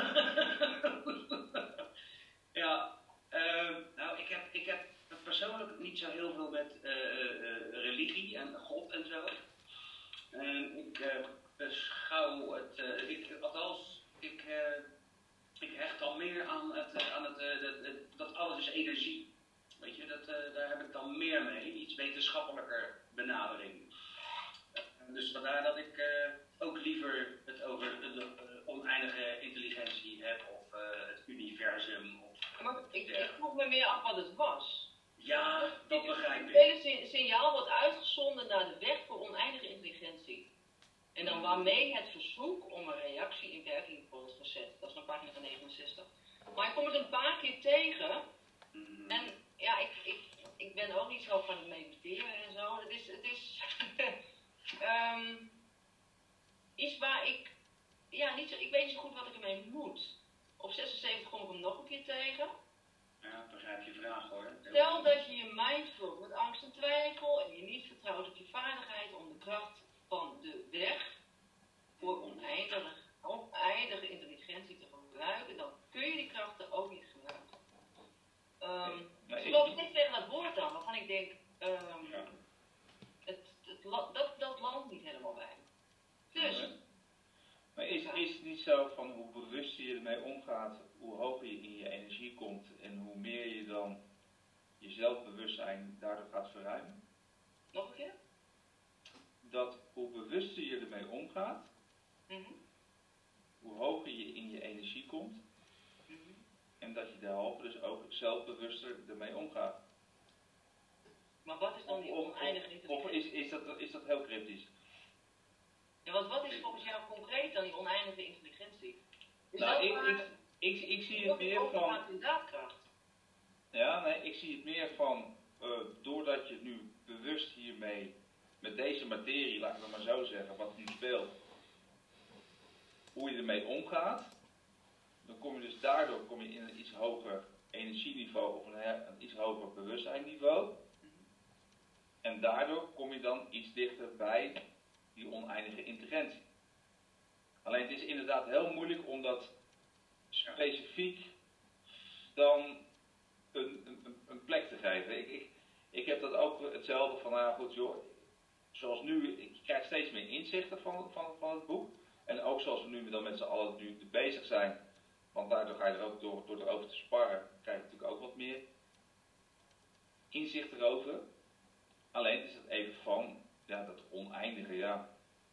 Ja, uh, nou, ik heb, ik heb persoonlijk niet zo heel veel met uh, uh, religie en God en zo. En ik uh, beschouw het, uh, ik, althans, ik, uh, ik hecht al meer aan het, uh, aan het, uh, dat, uh, dat alles is energie. Weet je, dat, uh, daar heb ik dan meer mee, iets wetenschappelijker benadering. Uh, dus vandaar dat ik uh, ook liever het over de, de uh, oneindige intelligentie heb, of uh, het universum. Of, maar ik, ja. ik vroeg me meer af wat het was. Ja, dat begrijp ik. Het hele signaal wordt uitgezonden naar de weg voor oneindige intelligentie. En dan waarmee het verzoek om een reactie in werking wordt gezet. Dat is op pagina negenenzestig. Maar ik kom het een paar keer tegen. Mm. En ja, ik, ik, ik ben ook niet zo van het mediteren en zo. Het is, het is um, iets waar ik, ja, niet zo, ik weet niet zo goed wat ik ermee moet. Op zesenzeventig kom ik hem nog een keer tegen. Ja, ik begrijp je vraag hoor. Stel dat je je mind vult met angst en twijfel en je niet vertrouwt op je vaardigheid om de kracht van de weg voor oneindige, oneindige intelligentie te gebruiken, dan kun je die krachten ook niet gebruiken. Um, nee, ik geloof niet tegen dat woord dan, waarvan ik denk, um, ja. het, het, dat, dat landt niet helemaal bij me. Dus. Ja. Maar is, is het niet zo van hoe bewuster je ermee omgaat, hoe hoger je in je energie komt en hoe meer je dan je zelfbewustzijn daardoor gaat verruimen? Nog een keer? Dat hoe bewuster je ermee omgaat, mm-hmm. hoe hoger je in je energie komt mm-hmm. en dat je derhalve dus ook zelfbewuster ermee omgaat. Maar wat is dan die oneindige intelligentie? Of is, is, dat, is dat heel cryptisch? Ja, want wat is volgens jou concreet dan die oneindige intelligentie? Is nou, ik, maar, ik, ik, ik zie het meer van... daadkracht. Ja, nee, ik zie het meer van, uh, doordat je nu bewust hiermee met deze materie, laat ik het maar zo zeggen, wat nu speelt, hoe je ermee omgaat, dan kom je dus daardoor kom je in een iets hoger energieniveau of een, een iets hoger bewustzijnniveau. En daardoor kom je dan iets dichter bij die oneindige intelligentie. Alleen het is inderdaad heel moeilijk om dat specifiek dan een, een, een plek te geven. Ik, ik, ik heb dat ook hetzelfde van, nou goed joh, zoals nu, ik krijg steeds meer inzichten van, van, van het boek. En ook zoals we nu dan met z'n allen nu bezig zijn, want daardoor ga je er ook door, door erover te sparren, krijg je natuurlijk ook wat meer inzicht erover. Alleen is het even van, ja, dat oneindige, ja.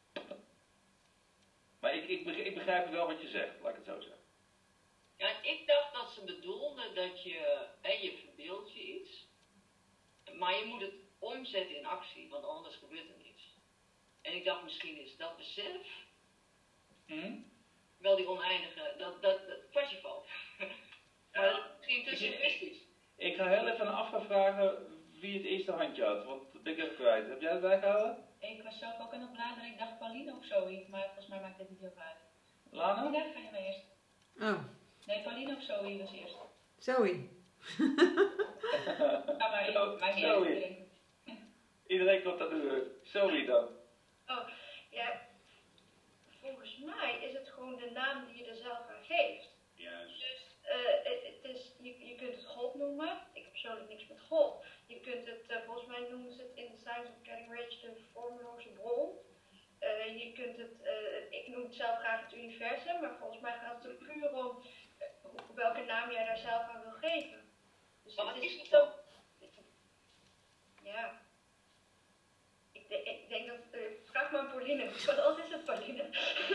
Maar ik, ik, ik begrijp wel wat je zegt, laat ik het zo zeggen. Ja, ik dacht dat ze bedoelde dat je, hè, je verbeeldt je iets, maar je moet het omzetten in actie, want anders gebeurt er niets. En ik dacht, misschien is dat besef, hmm? wel die oneindige, dat, dat, dat kwartje valt. Maar dat is misschien te simplistisch. Ik ga heel even af gaan vragen wie het eerste handje had, want dat ben ik even kwijt. Heb jij het bijgehouden? Ik was zelf ook aan het bladeren, ik dacht Pauline of zoiets, maar volgens mij maakt dit niet heel veel uit. Lana? Ja, ga je maar eerst. Oh, Nee, Pauline of Zoe was eerst. Zoe. Ga maar, Zo- maar niet Zoe. uit. Iedereen komt aan de beurt. Zoe dan. Oh, ja. Volgens mij is het gewoon de naam die je er zelf aan geeft. Juist. Dus eh, het, het is, je, je kunt het God noemen. Ik heb persoonlijk niks met God. Je kunt het, uh, volgens mij noemen ze het in de Science of Getting Rich de vormeloze bron. Uh, je kunt het, uh, ik noem het zelf graag het universum, maar volgens mij gaat het er puur om uh, welke naam jij daar zelf aan wil geven. Dus Maar het wat is is niet het zo. Ja. Ik, de, ik denk dat. Uh, vraag maar aan Pauline. Wat is het, Pauline?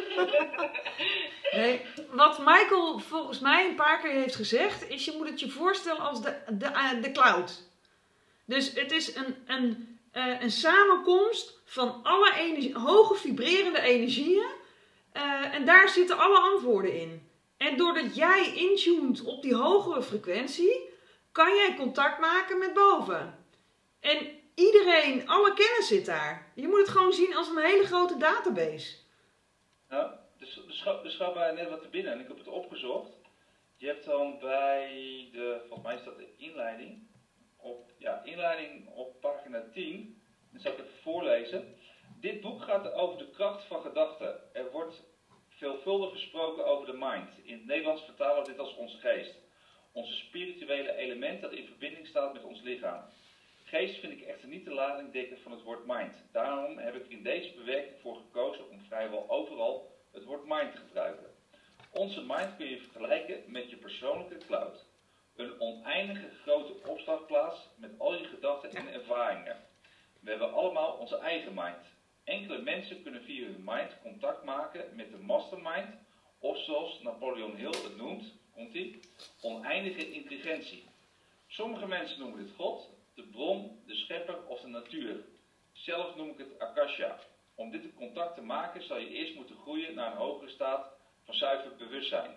Nee, wat Michael volgens mij een paar keer heeft gezegd, is je moet het je voorstellen als de, de, uh, de cloud. Dus het is een, een, uh, een samenkomst van alle energie, hoge vibrerende energieën. Uh, en daar zitten alle antwoorden in. En doordat jij intuned op die hogere frequentie, kan jij contact maken met boven. En iedereen, alle kennis zit daar. Je moet het gewoon zien als een hele grote database. Nou, er scho- er schoot mij net wat te binnen en ik heb het opgezocht. Je hebt dan bij de, volgens mij is dat de inleiding, op, ja, inleiding op pagina tien, dat zal ik even voorlezen. Dit boek gaat over de kracht van gedachten. Er wordt veelvuldig gesproken over de mind. In het Nederlands vertalen we dit als onze geest. Onze spirituele element dat in verbinding staat met ons lichaam. Geest vind ik echter niet de lading dekken van het woord mind. Daarom heb ik in deze bewerking voor gekozen om vrijwel overal het woord mind te gebruiken. Onze mind kun je vergelijken met je persoonlijke cloud. Een oneindige grote opslagplaats met al je gedachten en ervaringen. We hebben allemaal onze eigen mind. Enkele mensen kunnen via hun mind contact maken met de mastermind, of zoals Napoleon Hill het noemt, komt ie, oneindige intelligentie. Sommige mensen noemen dit God, de bron, de schepper of de natuur. Zelf noem ik het Akasha. Om dit contact te maken zal je eerst moeten groeien naar een hogere staat van zuiver bewustzijn.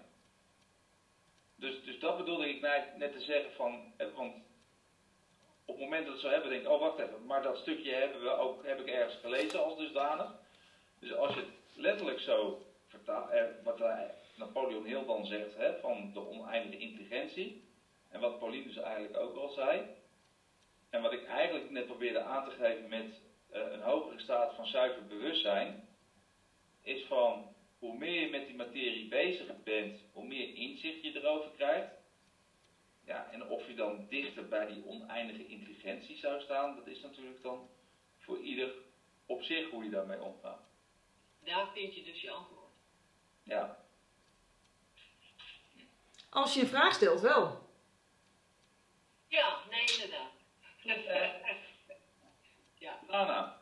Dus, dus dat bedoelde ik net te zeggen van, want op het moment dat we het zo hebben, denk ik, oh wacht even, maar dat stukje hebben we ook, heb ik ergens gelezen als dusdanig. Dus als je het letterlijk zo vertaalt, eh, wat Napoleon Hill dan zegt, hè, van de oneindige intelligentie, en wat Pauline dus eigenlijk ook al zei, en wat ik eigenlijk net probeerde aan te geven met uh, een hogere staat van zuiver bewustzijn, is van hoe meer je met die materie bezig bent, hoe meer inzicht je erover krijgt. Ja, en of je dan dichter bij die oneindige intelligentie zou staan, dat is natuurlijk dan voor ieder op zich hoe je daarmee omgaat. Daar vind je dus je antwoord. Ja. Als je een vraag stelt, wel. Ja, nee, inderdaad. Ja. Anna.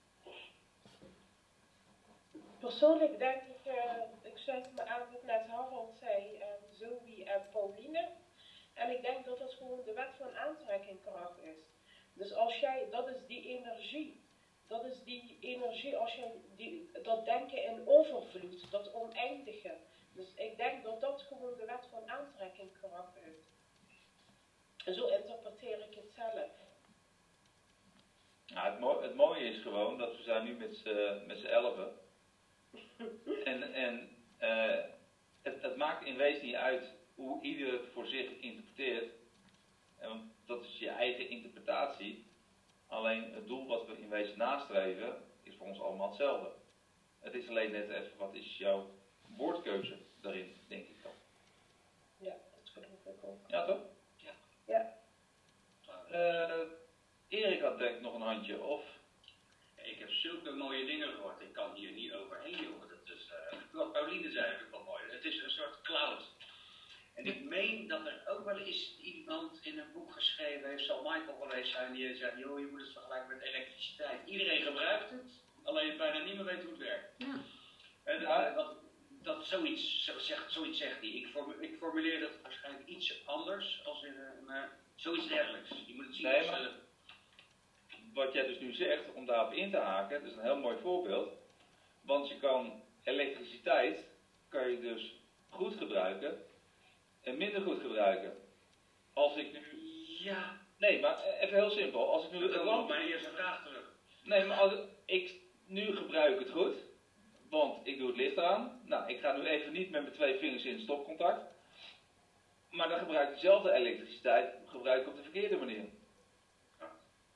Persoonlijk denk ik, uh, ik sluit me aan wat net Harold zei, uh, Zoe en Pauline. En ik denk dat dat gewoon de wet van aantrekking kracht is. Dus als jij, dat is die energie. Dat is die energie als jij die, dat denken in overvloed, dat oneindige. Dus ik denk dat dat gewoon de wet van aantrekking kracht is. En zo interpreteer ik het zelf. Nou, het, mo het mooie is gewoon gewoon dat we zijn nu met z'n met z'n elfen. En, en uh, het, het maakt in wezen niet uit hoe ieder het voor zich interpreteert. En dat is je eigen interpretatie. Alleen het doel wat we in wezen nastreven is voor ons allemaal hetzelfde. Het is alleen net even, wat is jouw woordkeuze daarin, denk ik dan. Ja, dat geloof ik ook. Ja, toch? Ja. Ja. Uh, Erik had denk ik nog een handje, of? Ik heb zulke mooie dingen gehoord, ik kan hier niet overheen, jongen. Dat is, uh, wat Pauline zei, vind ik wel mooi. Het is een soort cloud. En ik meen dat er ook wel eens iemand in een boek geschreven heeft, zal Michael geweest zijn, die zegt, joh, je moet het vergelijken met elektriciteit. Iedereen gebruikt het, alleen bijna niemand weet hoe het werkt. Ja. En, uh, dat, dat zoiets, zo zegt, zoiets zegt hij. Ik, formu ik formuleer dat waarschijnlijk iets anders, als in, uh, maar zoiets dergelijks. Je moet het zien Nee, als... maar, Uh, wat jij dus nu zegt, om daarop in te haken, dat is een heel mooi voorbeeld. Want je kan elektriciteit, kan je dus goed gebruiken en minder goed gebruiken. Als ik nu... Ja. Nee, maar even heel simpel. Als ik nu... Dan komt mijn eerste vraag terug. Nee, maar als ik... Nu gebruik ik het goed, want ik doe het licht aan. Nou, ik ga nu even niet met mijn twee vingers in stopcontact. Maar dan gebruik ik dezelfde elektriciteit, gebruik ik op de verkeerde manier. Ja.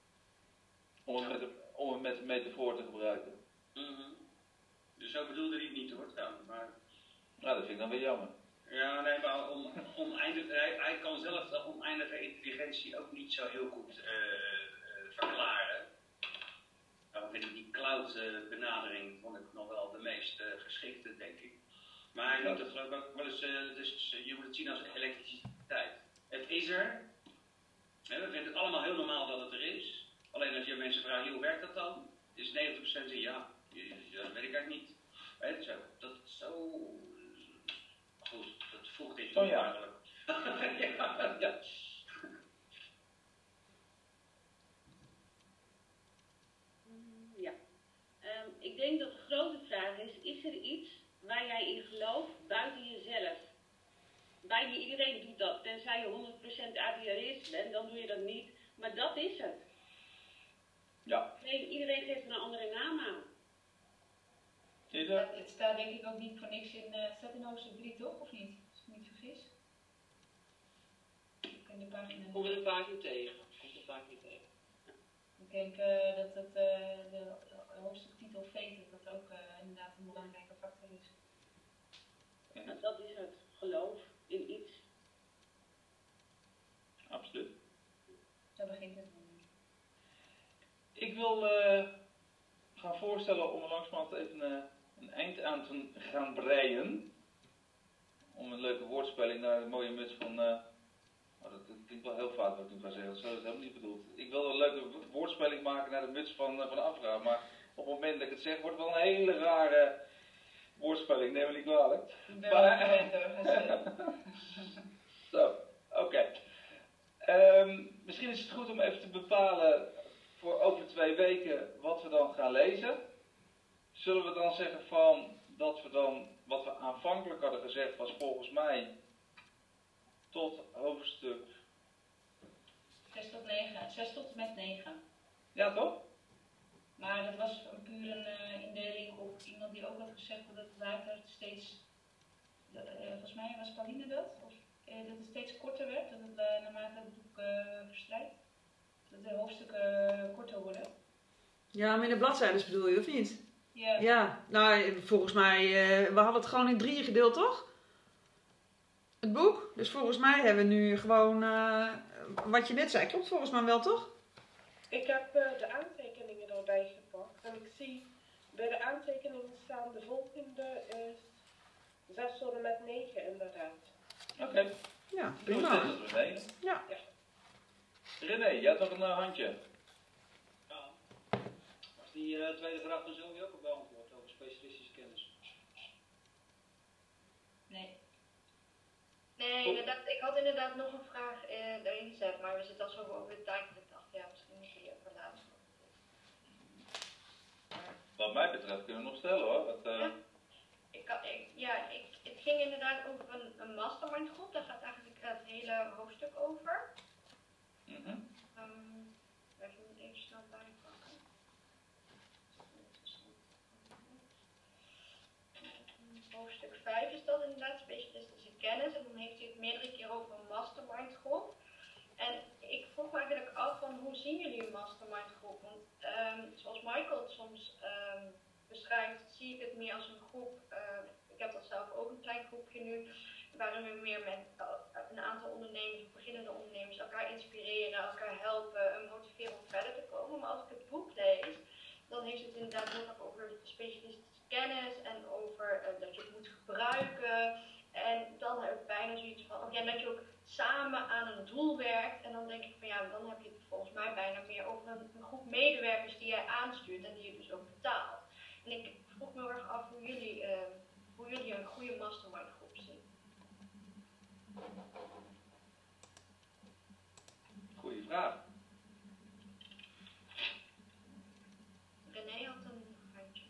Om het, met, de, om het met de metafoor te gebruiken. Mm-hmm. Dus zo bedoelde hij het niet hoor, trouwens. Maar... Nou, dat vind ik dan weer jammer. Ja, nee, maar on, oneindig, hij, hij kan zelf de oneindige intelligentie ook niet zo heel goed uh, uh, verklaren. Daarom vind ik die cloud uh, benadering vond ik nog wel de meest uh, geschikte, denk ik. Maar hij noemt het geloof ik ook wel eens, uh, dus uh, je moet het zien als elektriciteit. Het is er. We vinden het allemaal heel normaal dat het er is. Alleen als je mensen vraagt, hoe werkt dat dan? Is negentig procent zeggen ja, dat weet ik eigenlijk niet. Weet je, dat is zo... Goed, dat voegt dit oh, ja. eigenlijk. ja, ja. Ja. Um, ik denk dat de grote vraag is, is er iets waar jij in gelooft buiten jezelf? Bijna iedereen doet dat, tenzij je honderd procent atheïst bent, dan doe je dat niet. Maar dat is het. Ja. Nee, iedereen geeft er een andere naam aan. Is er? Het staat denk ik ook niet voor niks in, uh, het staat in hoofdstuk drie toch, of niet? Als ik me niet vergis. Ik ken de pagina. Kom je er vaak in tegen? Komt er vaak in tegen? Ik denk uh, dat het, uh, de, de hoofdstuktitel Fate, dat dat ook uh, inderdaad een belangrijke factor is. Ja, dat is het. Geloof in iets. Absoluut. Daar begint het mee. Ik wil uh, gaan voorstellen om er langzamerhand even uh, een eind aan te gaan breien. Om een leuke woordspeling naar de mooie muts van... Uh, oh, dat klinkt wel heel vaak wat ik nu ga zeggen, dat is helemaal niet bedoeld. Ik wil een leuke woordspeling maken naar de muts van, uh, van Afra, maar op het moment dat ik het zeg, wordt het wel een hele rare woordspeling, neem me niet kwalijk. Ik ben wel gewend hoor. Zo, oké. Okay. Um, misschien is het goed om even te bepalen voor over twee weken wat we dan gaan lezen. Zullen we dan zeggen van dat we dan, wat we aanvankelijk hadden gezegd was volgens mij tot hoofdstuk zes tot negen, zes tot met negen. Ja toch? Maar dat was een puur een uh, indeling op iemand die ook had gezegd dat het later steeds, uh, volgens mij was Pauline dat, of uh, dat het steeds korter werd, dat het uh, naarmate het boek uh, verstrijkt, dat de hoofdstukken uh, korter worden. Ja, minder bladzijden bedoel je, of niet? Ja. Ja, nou volgens mij, uh, we hadden het gewoon in drieën gedeeld, toch? Het boek. Dus volgens mij hebben we nu gewoon, uh, wat je net zei, klopt volgens mij wel, toch? Ik heb uh, de aantekeningen erbij gepakt en ik zie bij de aantekeningen staan de volgende is zes tot en met negen inderdaad. Oké. Okay. Ja, prima. René. Ja. ja. René, jij had nog een uh, handje. Ja. Was die uh, tweede vraag dan Sylvia ook al beantwoord over specialistische kennis? Nee. Nee, inderdaad, ik had inderdaad nog een vraag uh, erin gezet, maar we zitten al zo over de tijd. Ik dacht, ja, misschien moet je die even laten. Wat mij betreft kunnen we nog stellen hoor. Wat, uh... ja, ik, ik, ja ik, het ging inderdaad over een, een mastermind groep, daar gaat eigenlijk het hele hoofdstuk over. Mm-hmm. Um, even even snel bijpakken. hoofdstuk vijf is dat inderdaad, specialistische kennis. En dan heeft hij het meerdere keer over een mastermind groep. En ik vroeg me eigenlijk af van hoe zien jullie een mastermind groep? Want um, zoals Michael het soms um, beschrijft, zie ik het meer als een groep. Uh, ik heb dat zelf ook een klein groepje nu, waarin we meer met uh, een aantal ondernemers, beginnende ondernemers, elkaar inspireren, elkaar helpen en motiveren om verder te komen. Maar als ik het boek lees, dan heeft het inderdaad heel erg over specialistische kennis en over uh, dat je het moet gebruiken. En dan heb ik bijna zoiets van, oh ja, dat je ook samen aan een doel werkt. En dan denk ik van ja, dan heb je het volgens mij bijna meer over een, een groep medewerkers die jij aanstuurt en die je dus ook betaalt. En ik vroeg me heel erg af hoe jullie, uh, hoe jullie een goede mastermind groep zien. Goeie vraag. René had een handje.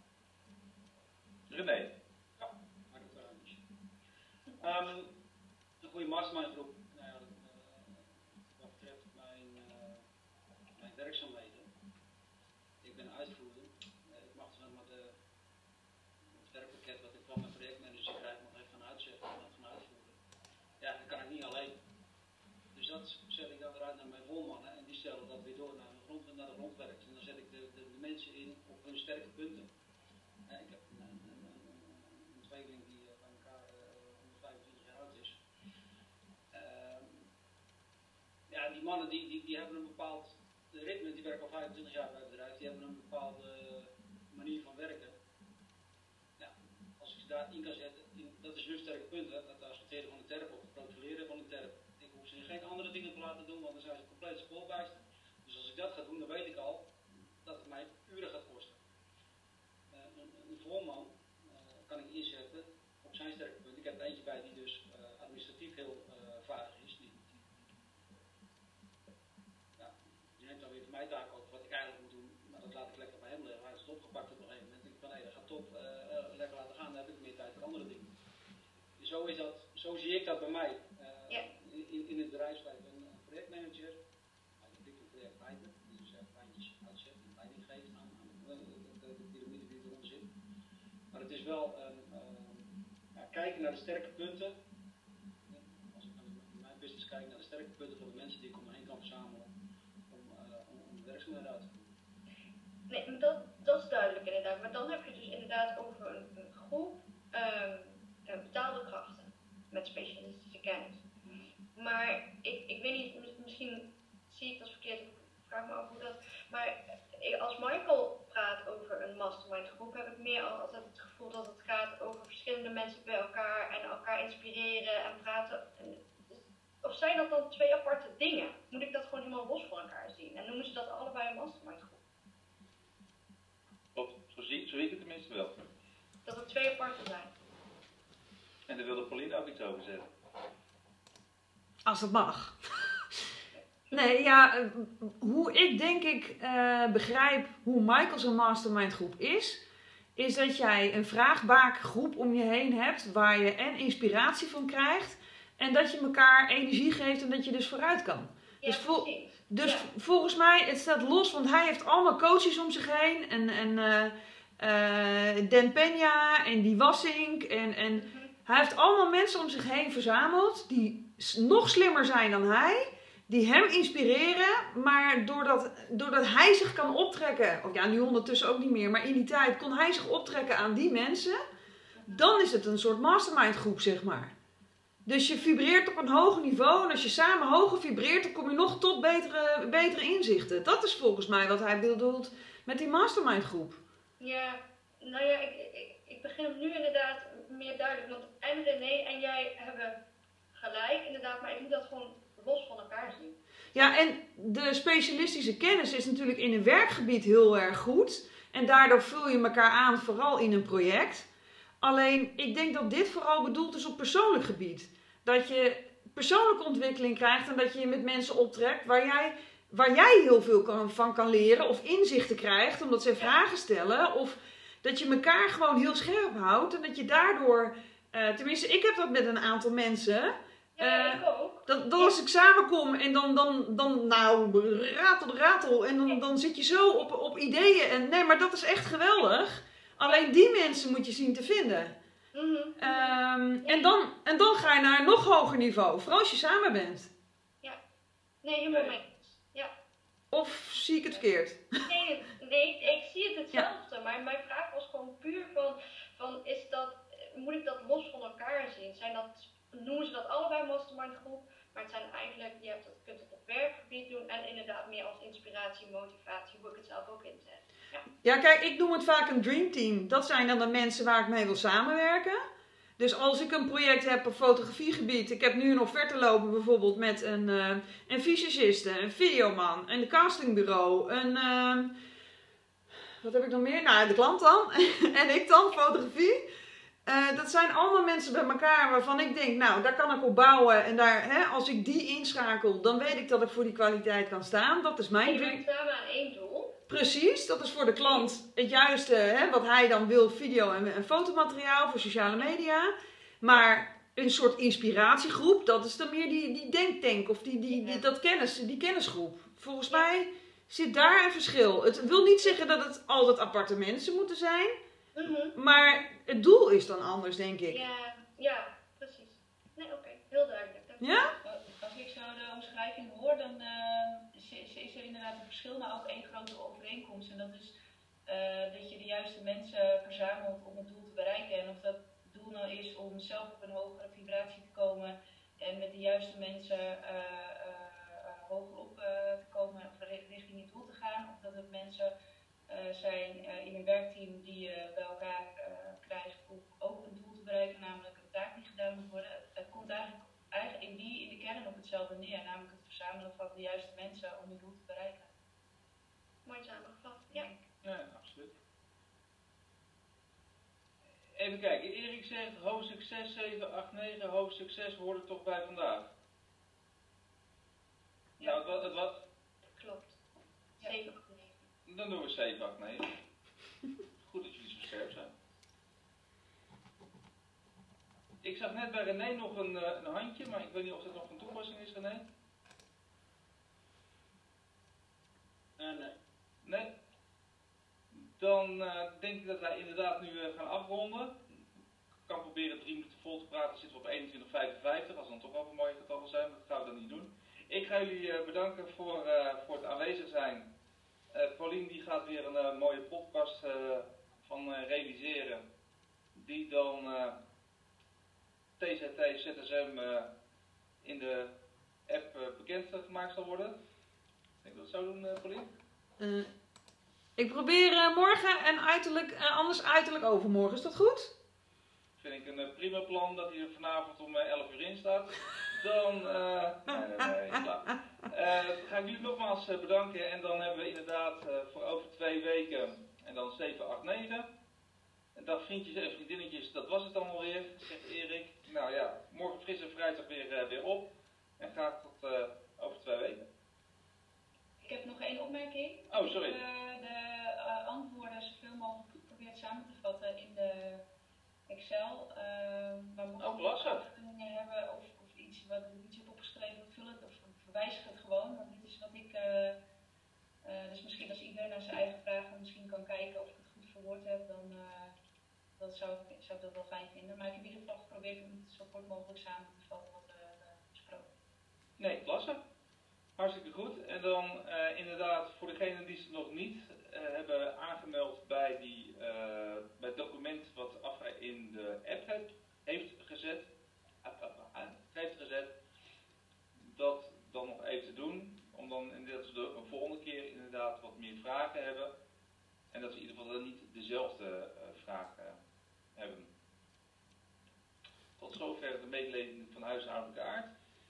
René. Ja, maar dat uh, niet. Um, een goede mastermind groep. Nou ja, dat, uh, wat betreft mijn, uh, mijn werkzaamheden. Ik ben uitvoerder. Uh, ik mag zeg maar de, het werkpakket wat ik van mijn projectmanager krijg, mag ik gaan uitzetten en dat gaan uitvoeren. Ja, dat kan ik niet alleen. Dus dat zet ik dan eruit naar mijn volmannen en die stellen dat weer door naar de, grond, naar de grondwerk. En dan zet ik de, de, de mensen in op hun sterke punten. Ja, ik heb een, een, een, een tweeling die uh, bij elkaar uh, honderdvijfentwintig jaar oud is. Uh, ja, die mannen die, die, die hebben een bepaald ritme, die werken al vijfentwintig jaar bij het bedrijf, die hebben een bepaalde manier van werken. Ja, als ik ze daarin kan zetten, in, dat is hun sterke punt, hè, het assorteren van een terp of het profileren van een terp. Ik hoef ze geen andere dingen te laten doen, want dan zijn ze compleet spoorwijster. Dus als ik dat ga doen, dan weet ik al dat het mij uren gaat kosten. Uh, een, een voorman uh, kan ik inzetten op zijn sterke punt. Ik heb er eentje bij die dus uh, administratief heel uh, vaardig is. Die, die, ja, die neemt dan weer van mijn taak over wat ik eigenlijk moet doen, maar dat laat ik lekker bij hem liggen. Hij is het opgepakt op een gegeven moment. Ik denk van nee, dat gaat top, uh, uh, lekker laten gaan, dan heb ik meer tijd voor andere dingen. Dus zo, is dat, zo zie ik dat bij mij. Uh, yeah. in, in het bedrijfsleven een projectmanager, eigenlijk een projectleider, die dus lijntjes uitzet en leiding geeft aan, aan de, de piramide die eronder zit. Maar het is wel een uh, ja, kijken naar de sterke punten. Als ik in mijn business kijk naar de sterke punten van de mensen die ik om me heen kan verzamelen om, uh, om, om de werkzaamheden uit te voeren. Nee, dat, dat is duidelijk inderdaad. Maar dan heb je dus inderdaad over een, een groep um, betaalde krachten met specialistische kennis. Maar ik, ik weet niet, misschien zie ik dat verkeerd, ik vraag me af hoe dat. Maar als Michael praat over een mastermind groep, heb ik meer altijd het gevoel dat het gaat over verschillende mensen bij elkaar en elkaar inspireren en praten. Of zijn dat dan twee aparte dingen? Moet ik dat gewoon helemaal los van elkaar zien? En noemen ze dat allebei een mastermind groep? Klopt, zo zie, zo zie ik het tenminste wel. Dat het twee aparte zijn. En daar wilde Pauline ook iets over zeggen. Als het mag. Nee, ja, hoe ik denk ik uh, begrijp hoe Michael zijn mastermind groep is, is dat jij een vraagbaak groep om je heen hebt waar je en inspiratie van krijgt en dat je elkaar energie geeft en dat je dus vooruit kan. Ja, dus vol, dus ja. volgens mij, het staat los, want hij heeft allemaal coaches om zich heen en, en uh, uh, Dan Peña en die Wassink en, en mm-hmm. Hij heeft allemaal mensen om zich heen verzameld die nog slimmer zijn dan hij, die hem inspireren, maar doordat, doordat hij zich kan optrekken, of ja, nu ondertussen ook niet meer, maar in die tijd kon hij zich optrekken aan die mensen, dan is het een soort mastermind groep, zeg maar. Dus je vibreert op een hoger niveau en als je samen hoger vibreert, dan kom je nog tot betere, betere inzichten. Dat is volgens mij wat hij bedoelt met die mastermind groep. Ja, nou ja, ik, ik, ik begin hem nu inderdaad meer duidelijk, want en René en jij hebben gelijk inderdaad, maar ik moet dat gewoon los van elkaar zien. Ja, en de specialistische kennis is natuurlijk in een werkgebied heel erg goed en daardoor vul je elkaar aan, vooral in een project. Alleen, ik denk dat dit vooral bedoeld is op persoonlijk gebied. Dat je persoonlijke ontwikkeling krijgt en dat je je met mensen optrekt waar jij, waar jij heel veel kan, van kan leren of inzichten krijgt omdat zij vragen stellen of dat je elkaar gewoon heel scherp houdt en dat je daardoor, uh, tenminste ik heb dat met een aantal mensen. Ja, uh, ik ook. Dat, dat als ik samenkom en dan, dan, dan nou, ratel, ratel en dan, dan zit je zo op, op ideeën en nee, maar dat is echt geweldig. Alleen die mensen moet je zien te vinden. Mhm. Ehm, en, dan, en dan ga je naar een nog hoger niveau, vooral als je samen bent. Ja. Nee, helemaal mee. Ja. Of zie ik het verkeerd? Nee, nee, ik zie het hetzelfde. Maar mijn vraag was gewoon puur van, van is dat, moet ik dat los van elkaar zien? Zijn dat, noemen ze dat allebei mastermind groep? Maar het zijn eigenlijk, je hebt het, kunt het op werkgebied doen en inderdaad meer als inspiratie, motivatie, hoe ik het zelf ook inzet. Ja. Ja, kijk, ik noem het vaak een dreamteam. Dat zijn dan de mensen waar ik mee wil samenwerken. Dus als ik een project heb op fotografiegebied, ik heb nu een offerte lopen bijvoorbeeld met een, uh, een visagiste, een videoman, een castingbureau, een, uh, wat heb ik nog meer? Nou, de klant dan en ik dan, fotografie. Uh, dat zijn allemaal mensen bij elkaar waarvan ik denk, nou, daar kan ik op bouwen. En daar, hè, als ik die inschakel, dan weet ik dat ik voor die kwaliteit kan staan. Dat is mijn Je dream. werkt samen aan één doel. Precies, dat is voor de klant het juiste, hè, wat hij dan wil, video en, en fotomateriaal voor sociale media. Maar een soort inspiratiegroep, dat is dan meer die, die denktank of die, die, die, dat kennis, die kennisgroep. Volgens mij zit daar een verschil. Het wil niet zeggen dat het altijd aparte mensen moeten zijn, Mm-hmm. maar het doel is dan anders, denk ik. Ja, ja, precies. Nee, oké, okay. Heel duidelijk. Ja? Als ik zo de omschrijving hoor, dan uh, is, is er inderdaad een verschil, maar ook één grote overeenkomst. En dat is uh, dat je de juiste mensen verzamelt om het doel te bereiken. En of dat doel nou is om zelf op een hogere vibratie te komen en met de juiste mensen uh, uh, uh, hoger op uh, te komen of richting je doel te gaan. Of dat het mensen uh, zijn uh, in een werkteam die je uh, bij elkaar uh, krijgt om ook een doel te bereiken, namelijk een taak die gedaan moet worden. Het komt eigenlijk Eigenlijk in, die, in de kern op hetzelfde neer, namelijk het verzamelen van de juiste mensen om je doel te bereiken. Mooi samengevat, ja. Ja, absoluut. Even kijken, Erik zegt hoofdstuk zes, zeven, acht, negen, hoofdstuk zes hoort toch bij vandaag. Ja. Nou, het wat, het wat? Klopt. zeven, acht, negen. Dan doen we zeven, acht, negen. Goed dat jullie zo scherp zijn. Ik zag net bij René nog een, uh, een handje, maar ik weet niet of dat nog van toepassing is, René. Uh, nee. Nee? Dan uh, denk ik dat wij inderdaad nu uh, gaan afronden. Ik kan proberen drie minuten vol te praten, zitten we op eenentwintig vijfenvijftig, als dan toch wel een mooie getallen zijn, maar dat gaan we dan niet doen. Ik ga jullie uh, bedanken voor, uh, voor het aanwezig zijn. Uh, Pauline die gaat weer een uh, mooie podcast uh, van uh, realiseren, die dan... Uh, T Z T Z S M uh, in de app uh, bekend gemaakt zal worden. Ik denk dat we dat zo doen, uh, Pauline. Uh, ik probeer uh, morgen en uiterlijk, uh, anders uiterlijk overmorgen. Is dat goed? Vind ik een uh, prima plan dat hij er vanavond om uh, elf uur in staat. Dan uh, nee, nee, nee, klaar. Uh, dan ga ik jullie nogmaals uh, bedanken. En dan hebben we inderdaad uh, voor over twee weken en dan zeven, acht, negen. Dag vriendjes en vriendinnetjes, dat was het dan alweer, zegt Erik. Nou ja, morgen fris en vrijdag weer, uh, weer op. En graag tot uh, over twee weken. Ik heb nog één opmerking. Oh, sorry. Ik heb uh, de uh, antwoorden zoveel mogelijk geprobeerd samen te vatten in de Excel. Uh, maar mocht oh, je aanvullingen hebben of, of iets wat ik iets heb opgeschreven, vul het of verwijzig het gewoon. Want dit is wat ik, uh, uh, dus misschien als iedereen naar zijn eigen vragen misschien kan kijken of ik het goed verwoord heb, dan... Uh, Dat zou, ik, zou ik dat wel fijn vinden, maar ik heb in ieder geval geprobeerd om het zo kort mogelijk samen te vatten wat we uh, besproken. Nee, klasse. Hartstikke goed. En dan uh, inderdaad, voor degenen die ze nog niet uh, hebben aangemeld bij, die, uh, bij het document wat Afra in de app heeft, heeft gezet, app, app, app, heeft gezet, dat dan nog even te doen, om dan inderdaad de een volgende keer inderdaad wat meer vragen hebben. En dat we in ieder geval dan niet dezelfde uh, vraag uh, hebben. Tot zover de mededeling van huishoudelijke aard.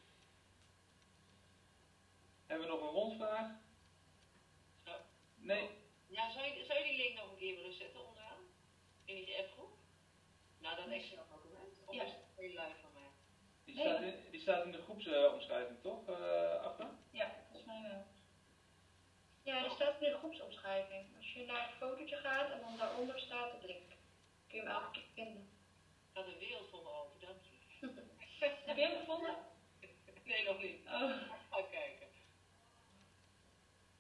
Hebben we nog een rondvraag? Ja. Nee? Ja, zou je, zou je die link nog een keer willen zetten onderaan? In die appgroep? Nou, dat Excel document. Of ja. is het heel live van mij? Die staat in, die staat in de groepsomschrijving, uh, toch, uh, Afra? Ja, volgens mij wel. Ja, er staat in de groepsomschrijving. Als je naar het fotootje gaat en dan daaronder staat het link. Kun je hem elke keer vinden. Gaat de wereld voor me over, dank je. Heb je hem gevonden? Nee, nog niet. Oh. Ga kijken.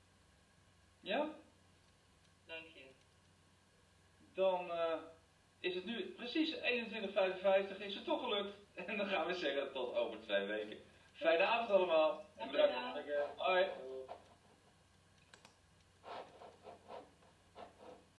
Ja? Dank je. Dan uh, is is het nu precies eenentwintig vijfenvijftig, is het toch gelukt. En dan gaan we zeggen tot over twee weken. Fijne avond allemaal. En bedankt.